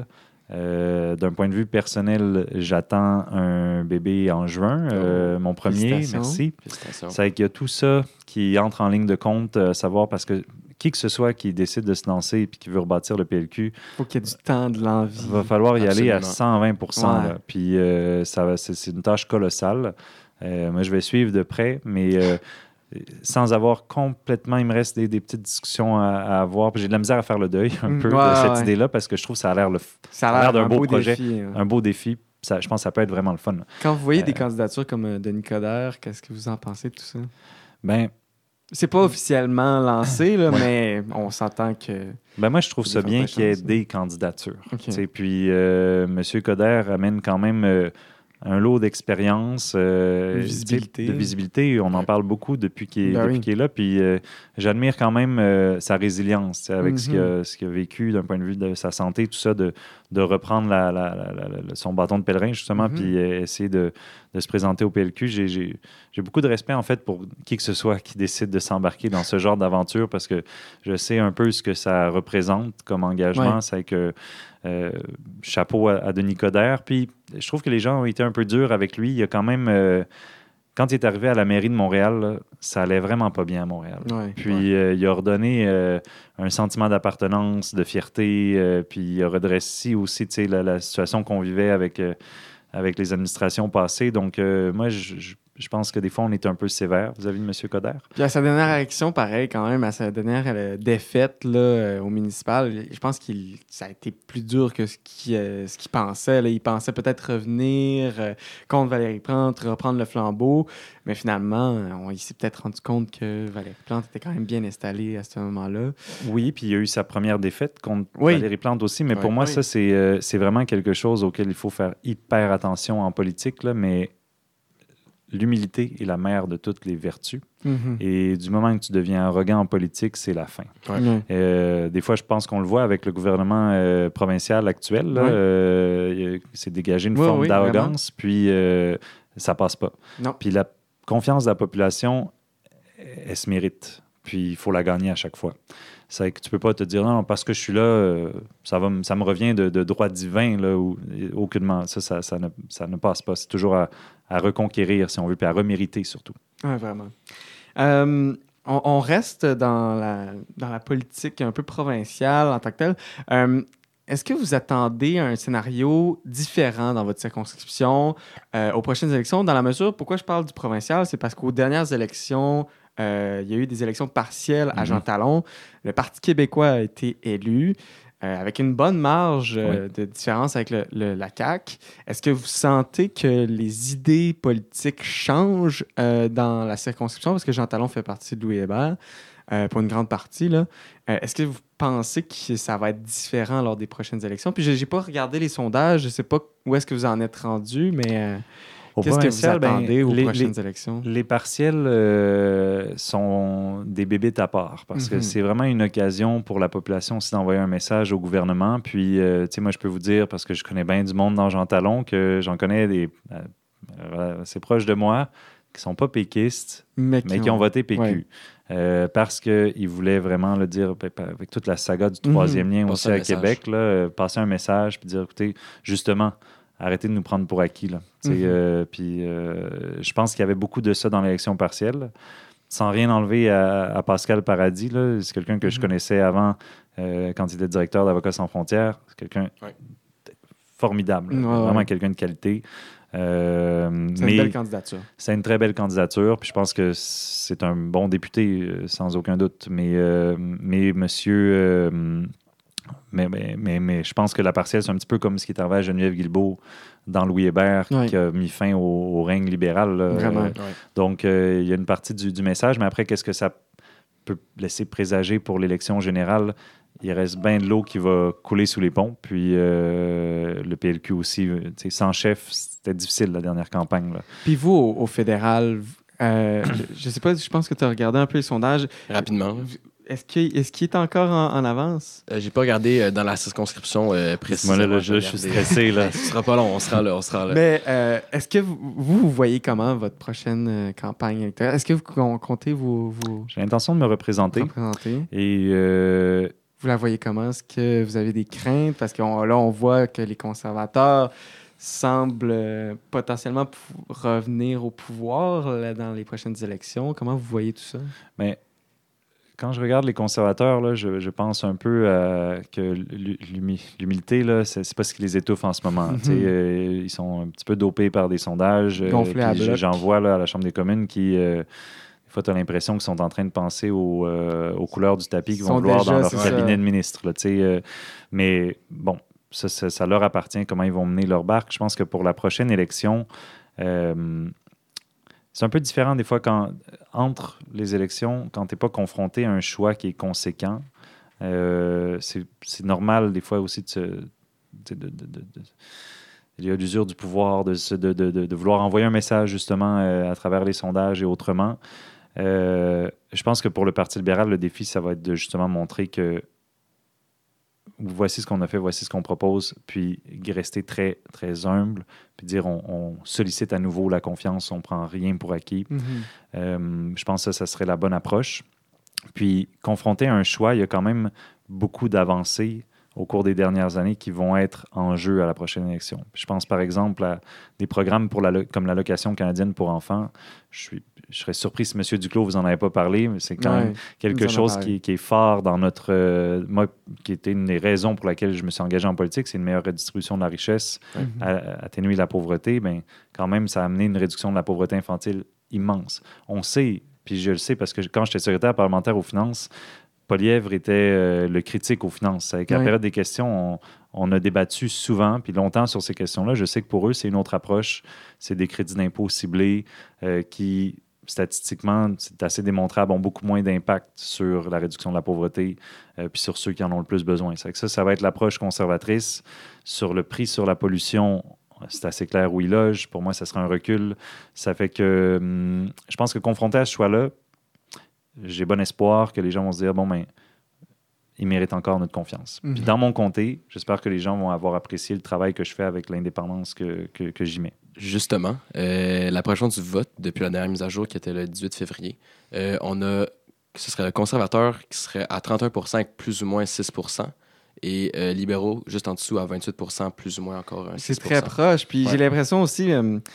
[SPEAKER 3] D'un point de vue personnel, j'attends un bébé en juin, mon premier, merci.
[SPEAKER 2] Félicitations.
[SPEAKER 3] C'est qu'il y a tout ça qui entre en ligne de compte, savoir parce que qui que ce soit qui décide de se lancer et qui veut rebâtir le PLQ,
[SPEAKER 1] Il faut qu'il y ait du temps, de l'envie.
[SPEAKER 3] il va falloir y aller à
[SPEAKER 2] Absolument.
[SPEAKER 3] 120%. Là. Puis c'est une tâche colossale. Moi, je vais suivre de près, mais sans avoir complètement... Il me reste des petites discussions à avoir. Puis j'ai de la misère à faire le deuil un peu de cette idée-là parce que je trouve que ça a l'air d'un beau projet,
[SPEAKER 1] défi,
[SPEAKER 3] un beau défi. Ça, je pense que ça peut être vraiment le fun. Là.
[SPEAKER 1] Quand vous voyez des candidatures comme Denis Coderre, qu'est-ce que vous en pensez de tout ça?
[SPEAKER 3] Ben,
[SPEAKER 1] c'est pas officiellement lancé, là, mais on s'entend que...
[SPEAKER 3] moi, je trouve ça bien qu'il y ait des candidatures. Puis, M. Coderre amène quand même un lot d'expérience, de visibilité. On en parle beaucoup depuis qu'il est là. Puis, j'admire quand même sa résilience avec ce qu'il a vécu d'un point de vue de sa santé, tout ça, de reprendre son bâton de pèlerin, justement, puis essayer de se présenter au PLQ. J'ai beaucoup de respect, en fait, pour qui que ce soit qui décide de s'embarquer dans ce genre d'aventure parce que je sais un peu ce que ça représente comme engagement. Ouais. C'est que chapeau à Denis Coderre. Puis je trouve que les gens ont été un peu durs avec lui. Il y a quand même... quand il est arrivé à la mairie de Montréal, là, ça allait vraiment pas bien à Montréal. Puis il a redonné un sentiment d'appartenance, de fierté, puis il a redressé aussi la situation qu'on vivait avec les administrations passées. Donc moi, je pense que des fois, on est un peu sévère vis-à-vis de M. Coderre.
[SPEAKER 1] Puis à sa dernière élection, pareil, quand même, à sa dernière défaite là, au municipal, je pense que ça a été plus dur que ce qu'il pensait. Là. Il pensait peut-être revenir contre Valérie Plante, reprendre le flambeau, mais finalement, il s'est peut-être rendu compte que Valérie Plante était quand même bien installée à ce moment-là.
[SPEAKER 3] Oui, puis il y a eu sa première défaite contre Valérie Plante aussi, mais pour moi, ça, c'est vraiment quelque chose auquel il faut faire hyper attention en politique, là, mais... L'humilité est la mère de toutes les vertus. Et du moment que tu deviens arrogant en politique, c'est la fin. Des fois, je pense qu'on le voit avec le gouvernement provincial actuel. Là, c'est dégagé une forme d'arrogance, puis ça passe pas.
[SPEAKER 1] Non.
[SPEAKER 3] Puis la confiance de la population, elle se mérite. Puis il faut la gagner à chaque fois. C'est que tu peux pas te dire non, parce que je suis là, ça me revient de droit divin, là, ou aucunement. Ça ne passe pas. C'est toujours à reconquérir, si on veut, puis à remériter surtout.
[SPEAKER 1] Oui, vraiment. On reste dans la politique un peu provinciale en tant que telle. Est-ce que vous attendez un scénario différent dans votre circonscription aux prochaines élections? Dans la mesure, pourquoi je parle du provincial, c'est parce qu'aux dernières élections, il y a eu des élections partielles à Jean Talon. Le Parti québécois a été élu avec une bonne marge de différence avec la CAQ. Est-ce que vous sentez que les idées politiques changent dans la circonscription? Parce que Jean Talon fait partie de Louis Hébert, pour une grande partie. Là. Est-ce que vous pensez que ça va être différent lors des prochaines élections? Puis je n'ai pas regardé les sondages. Je ne sais pas où est-ce que vous en êtes rendu, mais... Qu'est-ce que vous attendez aux prochaines élections?
[SPEAKER 3] Les partiels sont des bébites à part parce que c'est vraiment une occasion pour la population aussi d'envoyer un message au gouvernement. Puis, tu sais, moi, je peux vous dire, parce que je connais bien du monde dans Jean Talon, que j'en connais assez proches de moi qui ne sont pas péquistes, mais qui ont voté PQ. Parce qu'ils voulaient vraiment le dire, avec toute la saga du troisième lien aussi à Québec, là, passer un message puis dire, écoutez, justement, arrêtez de nous prendre pour acquis. Là. Puis je pense qu'il y avait beaucoup de ça dans l'élection partielle. Sans rien enlever à Pascal Paradis, là, c'est quelqu'un que je connaissais avant quand il était directeur d'Avocats sans frontières. C'est quelqu'un formidable, vraiment quelqu'un de qualité.
[SPEAKER 1] C'est une belle candidature.
[SPEAKER 3] C'est une très belle candidature. Puis je pense que c'est un bon député, sans aucun doute. Mais monsieur... Mais je pense que la partielle, c'est un petit peu comme ce qui est arrivé à Geneviève Guilbeault dans Louis Hébert, qui a mis fin au règne libéral. Là.
[SPEAKER 1] Vraiment.
[SPEAKER 3] Donc, il y a une partie du message, mais après, qu'est-ce que ça peut laisser présager pour l'élection générale? Il reste bien de l'eau qui va couler sous les ponts. Puis le PLQ aussi, sans chef, c'était difficile la dernière campagne. Là.
[SPEAKER 1] Puis vous, au fédéral, je sais pas, je pense que tu as regardé un peu les sondages.
[SPEAKER 2] Rapidement.
[SPEAKER 1] Est-ce qu'il est encore en avance?
[SPEAKER 2] J'ai pas regardé dans la circonscription précisément.
[SPEAKER 3] Moi, là, je suis stressé. Là.
[SPEAKER 2] Ce sera pas long, on sera là.
[SPEAKER 1] Mais est-ce que vous voyez comment votre prochaine campagne électorale? Est-ce que vous comptez vous...
[SPEAKER 3] J'ai l'intention de me représenter. Et
[SPEAKER 1] vous la voyez comment? Est-ce que vous avez des craintes? Parce que là, on voit que les conservateurs semblent potentiellement revenir au pouvoir là, dans les prochaines élections. Comment vous voyez tout ça?
[SPEAKER 3] Mais quand je regarde les conservateurs, là, je pense un peu que l'humilité, là, c'est pas ce qui les étouffe en ce moment. Ils sont un petit peu dopés par des sondages.
[SPEAKER 1] Gonflés à bloc.
[SPEAKER 3] J'en vois là, à la Chambre des communes qui, des fois, tu as l'impression qu'ils sont en train de penser aux couleurs du tapis qu'ils vont vouloir dans leur cabinet de ministre. Là, mais bon, ça leur appartient, comment ils vont mener leur barque. Je pense que pour la prochaine élection, c'est un peu différent des fois entre les élections, quand tu n'es pas confronté à un choix qui est conséquent. C'est normal des fois aussi il y a l'usure du pouvoir, de vouloir envoyer un message justement à travers les sondages et autrement. Je pense que pour le Parti libéral, le défi, ça va être de justement montrer que voici ce qu'on a fait, voici ce qu'on propose, puis rester très, très humble, puis dire on sollicite à nouveau la confiance, on ne prend rien pour acquis. Je pense que ça serait la bonne approche. Puis, confronté à un choix, il y a quand même beaucoup d'avancées au cours des dernières années qui vont être en jeu à la prochaine élection. Je pense par exemple à des programmes comme l'allocation canadienne pour enfants. Je serais surpris si M. Duclos vous en avait pas parlé, mais c'est quand même quelque chose qui est fort dans notre... moi, qui était une des raisons pour laquelle je me suis engagé en politique, c'est une meilleure redistribution de la richesse, atténuer la pauvreté. Bien, quand même, ça a amené une réduction de la pauvreté infantile immense. On sait, puis je le sais parce que quand j'étais secrétaire parlementaire aux finances, Poilièvre était le critique aux finances. Avec la période des questions, on a débattu souvent, puis longtemps sur ces questions-là. Je sais que pour eux, c'est une autre approche. C'est des crédits d'impôt ciblés qui, statistiquement, c'est assez démontrable, ont beaucoup moins d'impact sur la réduction de la pauvreté puis sur ceux qui en ont le plus besoin. Ça va être l'approche conservatrice. Sur le prix sur la pollution, c'est assez clair où il loge. Pour moi, ça sera un recul. Ça fait que je pense que confronté à ce choix-là, j'ai bon espoir que les gens vont se dire, bon, ben, ils méritent encore notre confiance. Puis dans mon comté, j'espère que les gens vont avoir apprécié le travail que je fais avec l'indépendance que j'y mets.
[SPEAKER 2] Justement, l'approche du vote depuis la dernière mise à jour qui était le 18 février, ce serait le conservateur qui serait à 31% avec plus ou moins 6%. Et libéraux, juste en dessous, à 28%, plus ou moins encore un 6%.
[SPEAKER 1] C'est très proche. Puis j'ai l'impression aussi...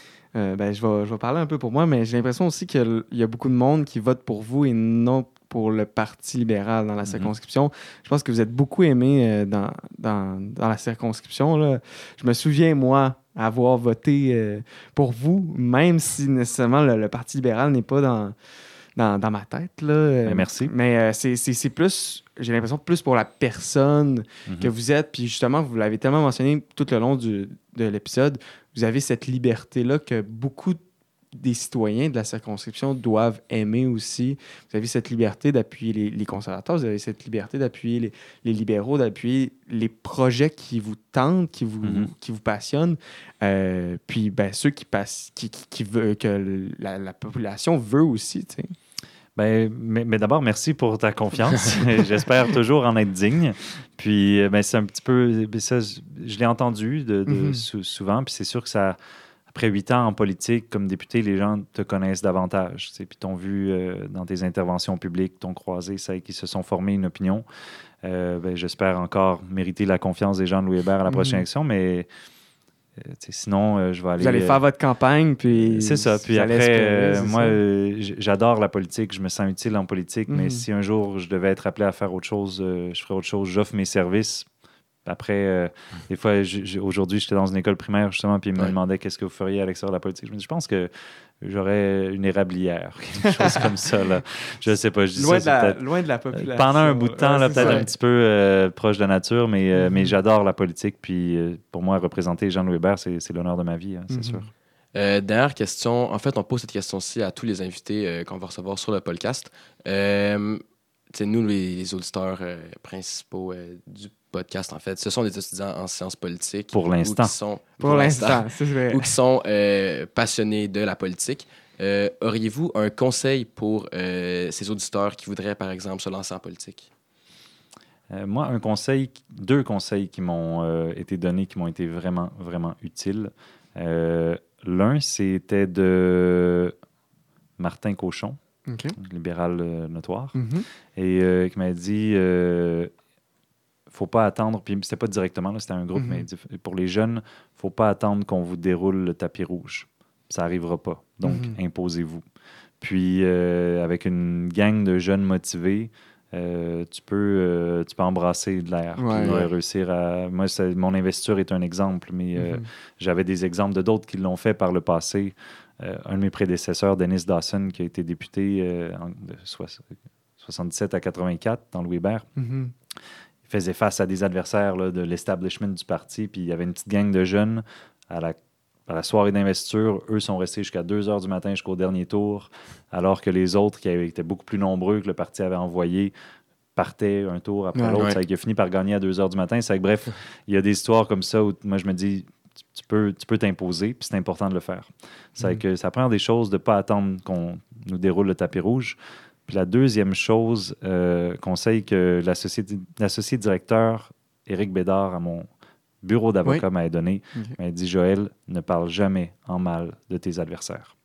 [SPEAKER 1] je vais parler un peu pour moi, mais j'ai l'impression aussi qu'il y a beaucoup de monde qui vote pour vous et non pour le Parti libéral dans la circonscription. Je pense que vous êtes beaucoup aimé dans la circonscription. Là. Je me souviens, moi, avoir voté pour vous, même si nécessairement le Parti libéral n'est pas dans ma tête. Là.
[SPEAKER 3] Merci.
[SPEAKER 1] Mais c'est plus, j'ai l'impression, plus pour la personne que vous êtes. Puis justement, vous l'avez tellement mentionné tout le long de l'épisode, vous avez cette liberté-là que beaucoup des citoyens de la circonscription doivent aimer aussi. Vous avez cette liberté d'appuyer les conservateurs, vous avez cette liberté d'appuyer les libéraux, d'appuyer les projets qui vous tentent, qui vous passionnent. Puis ceux qui veulent, que la population veut aussi, tu sais.
[SPEAKER 3] Mais d'abord, merci pour ta confiance. J'espère toujours en être digne. Puis, c'est un petit peu... Ça, je l'ai entendu souvent, puis c'est sûr que ça... Après 8 ans en politique, comme député, les gens te connaissent davantage. Puis t'ont vu dans tes interventions publiques, t'ont croisé, ça, qui se sont formés une opinion. J'espère encore mériter la confiance des gens de Louis Hébert à la prochaine élection, mais... sinon, je vais aller...
[SPEAKER 1] Vous allez faire votre campagne, puis...
[SPEAKER 3] C'est ça. Puis après, moi, j'adore la politique. Je me sens utile en politique, mais si un jour je devais être appelé à faire autre chose, je ferais autre chose. J'offre mes services. Après, des fois, aujourd'hui, j'étais dans une école primaire, justement, puis ils me demandaient qu'est-ce que vous feriez à l'extérieur de la politique. Je pense que j'aurais une érablière, quelque chose comme ça. Là. Je sais pas. Je dis
[SPEAKER 1] loin de la population.
[SPEAKER 3] Pendant un bout de temps, là, peut-être un petit peu proche de la nature, mais j'adore la politique. Puis pour moi, représenter Jean-Louis Hébert, c'est l'honneur de ma vie, c'est sûr.
[SPEAKER 2] Dernière question. En fait, on pose cette question-ci à tous les invités qu'on va recevoir sur le podcast. Nous, les auditeurs principaux du podcast, en fait, ce sont des étudiants en sciences politiques.
[SPEAKER 3] Pour l'instant.
[SPEAKER 1] C'est vrai.
[SPEAKER 2] Ou qui sont passionnés de la politique. Auriez-vous un conseil pour ces auditeurs qui voudraient, par exemple, se lancer en politique?
[SPEAKER 3] Moi, deux conseils qui m'ont été donnés, qui m'ont été vraiment, vraiment utiles. L'un, c'était de Martin Cauchon, libéral notoire, et qui m'a dit faut pas attendre, puis c'était pas directement, là, c'était un groupe, mais pour les jeunes, faut pas attendre qu'on vous déroule le tapis rouge. Ça n'arrivera pas. Donc, imposez-vous. Puis, avec une gang de jeunes motivés, tu peux embrasser de l'air, puis réussir à... Moi, mon investiture est un exemple, mais j'avais des exemples de d'autres qui l'ont fait par le passé. Un de mes prédécesseurs, Dennis Dawson, qui a été député de 77 à 84 dans Louis Hébert, il faisait face à des adversaires là, de l'establishment du parti, puis il y avait une petite gang de jeunes à la soirée d'investiture. Eux sont restés jusqu'à 2 heures du matin jusqu'au dernier tour, alors que les autres, qui étaient beaucoup plus nombreux que le parti avait envoyé, partaient un tour après l'autre. Ça a fini par gagner à 2 heures du matin. C'est que, bref, il y a des histoires comme ça où moi, je me dis, tu peux t'imposer, puis c'est important de le faire. C'est que ça prend des choses de ne pas attendre qu'on nous déroule le tapis rouge. Puis la deuxième chose, conseil que l'associé directeur Éric Bédard à mon bureau d'avocat m'a donné, m'a dit, Joël, ne parle jamais en mal de tes adversaires.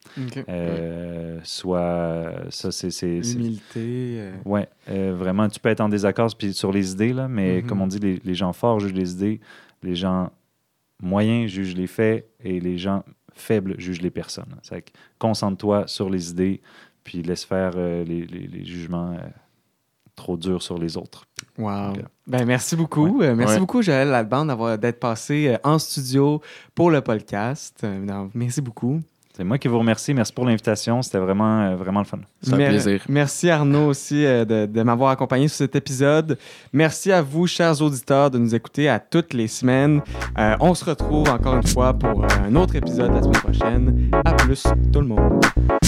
[SPEAKER 3] Ça, c'est
[SPEAKER 1] l'humilité.
[SPEAKER 3] Oui, vraiment, tu peux être en désaccord puis sur les idées, là, mais comme on dit, les gens forts jugent les idées, les gens moyens jugent les faits et les gens faibles jugent les personnes. C'est que concentre-toi sur les idées, puis laisse faire les jugements trop durs sur les autres.
[SPEAKER 1] Wow. Ben, merci beaucoup. Merci beaucoup, Joël Lalbande, d'être passé en studio pour le podcast. Merci beaucoup.
[SPEAKER 3] C'est moi qui vous remercie. Merci pour l'invitation. C'était vraiment, vraiment le fun.
[SPEAKER 2] C'est un plaisir.
[SPEAKER 1] Merci Arnaud aussi de m'avoir accompagné sur cet épisode. Merci à vous, chers auditeurs, de nous écouter à toutes les semaines. On se retrouve encore une fois pour un autre épisode la semaine prochaine. À plus, tout le monde.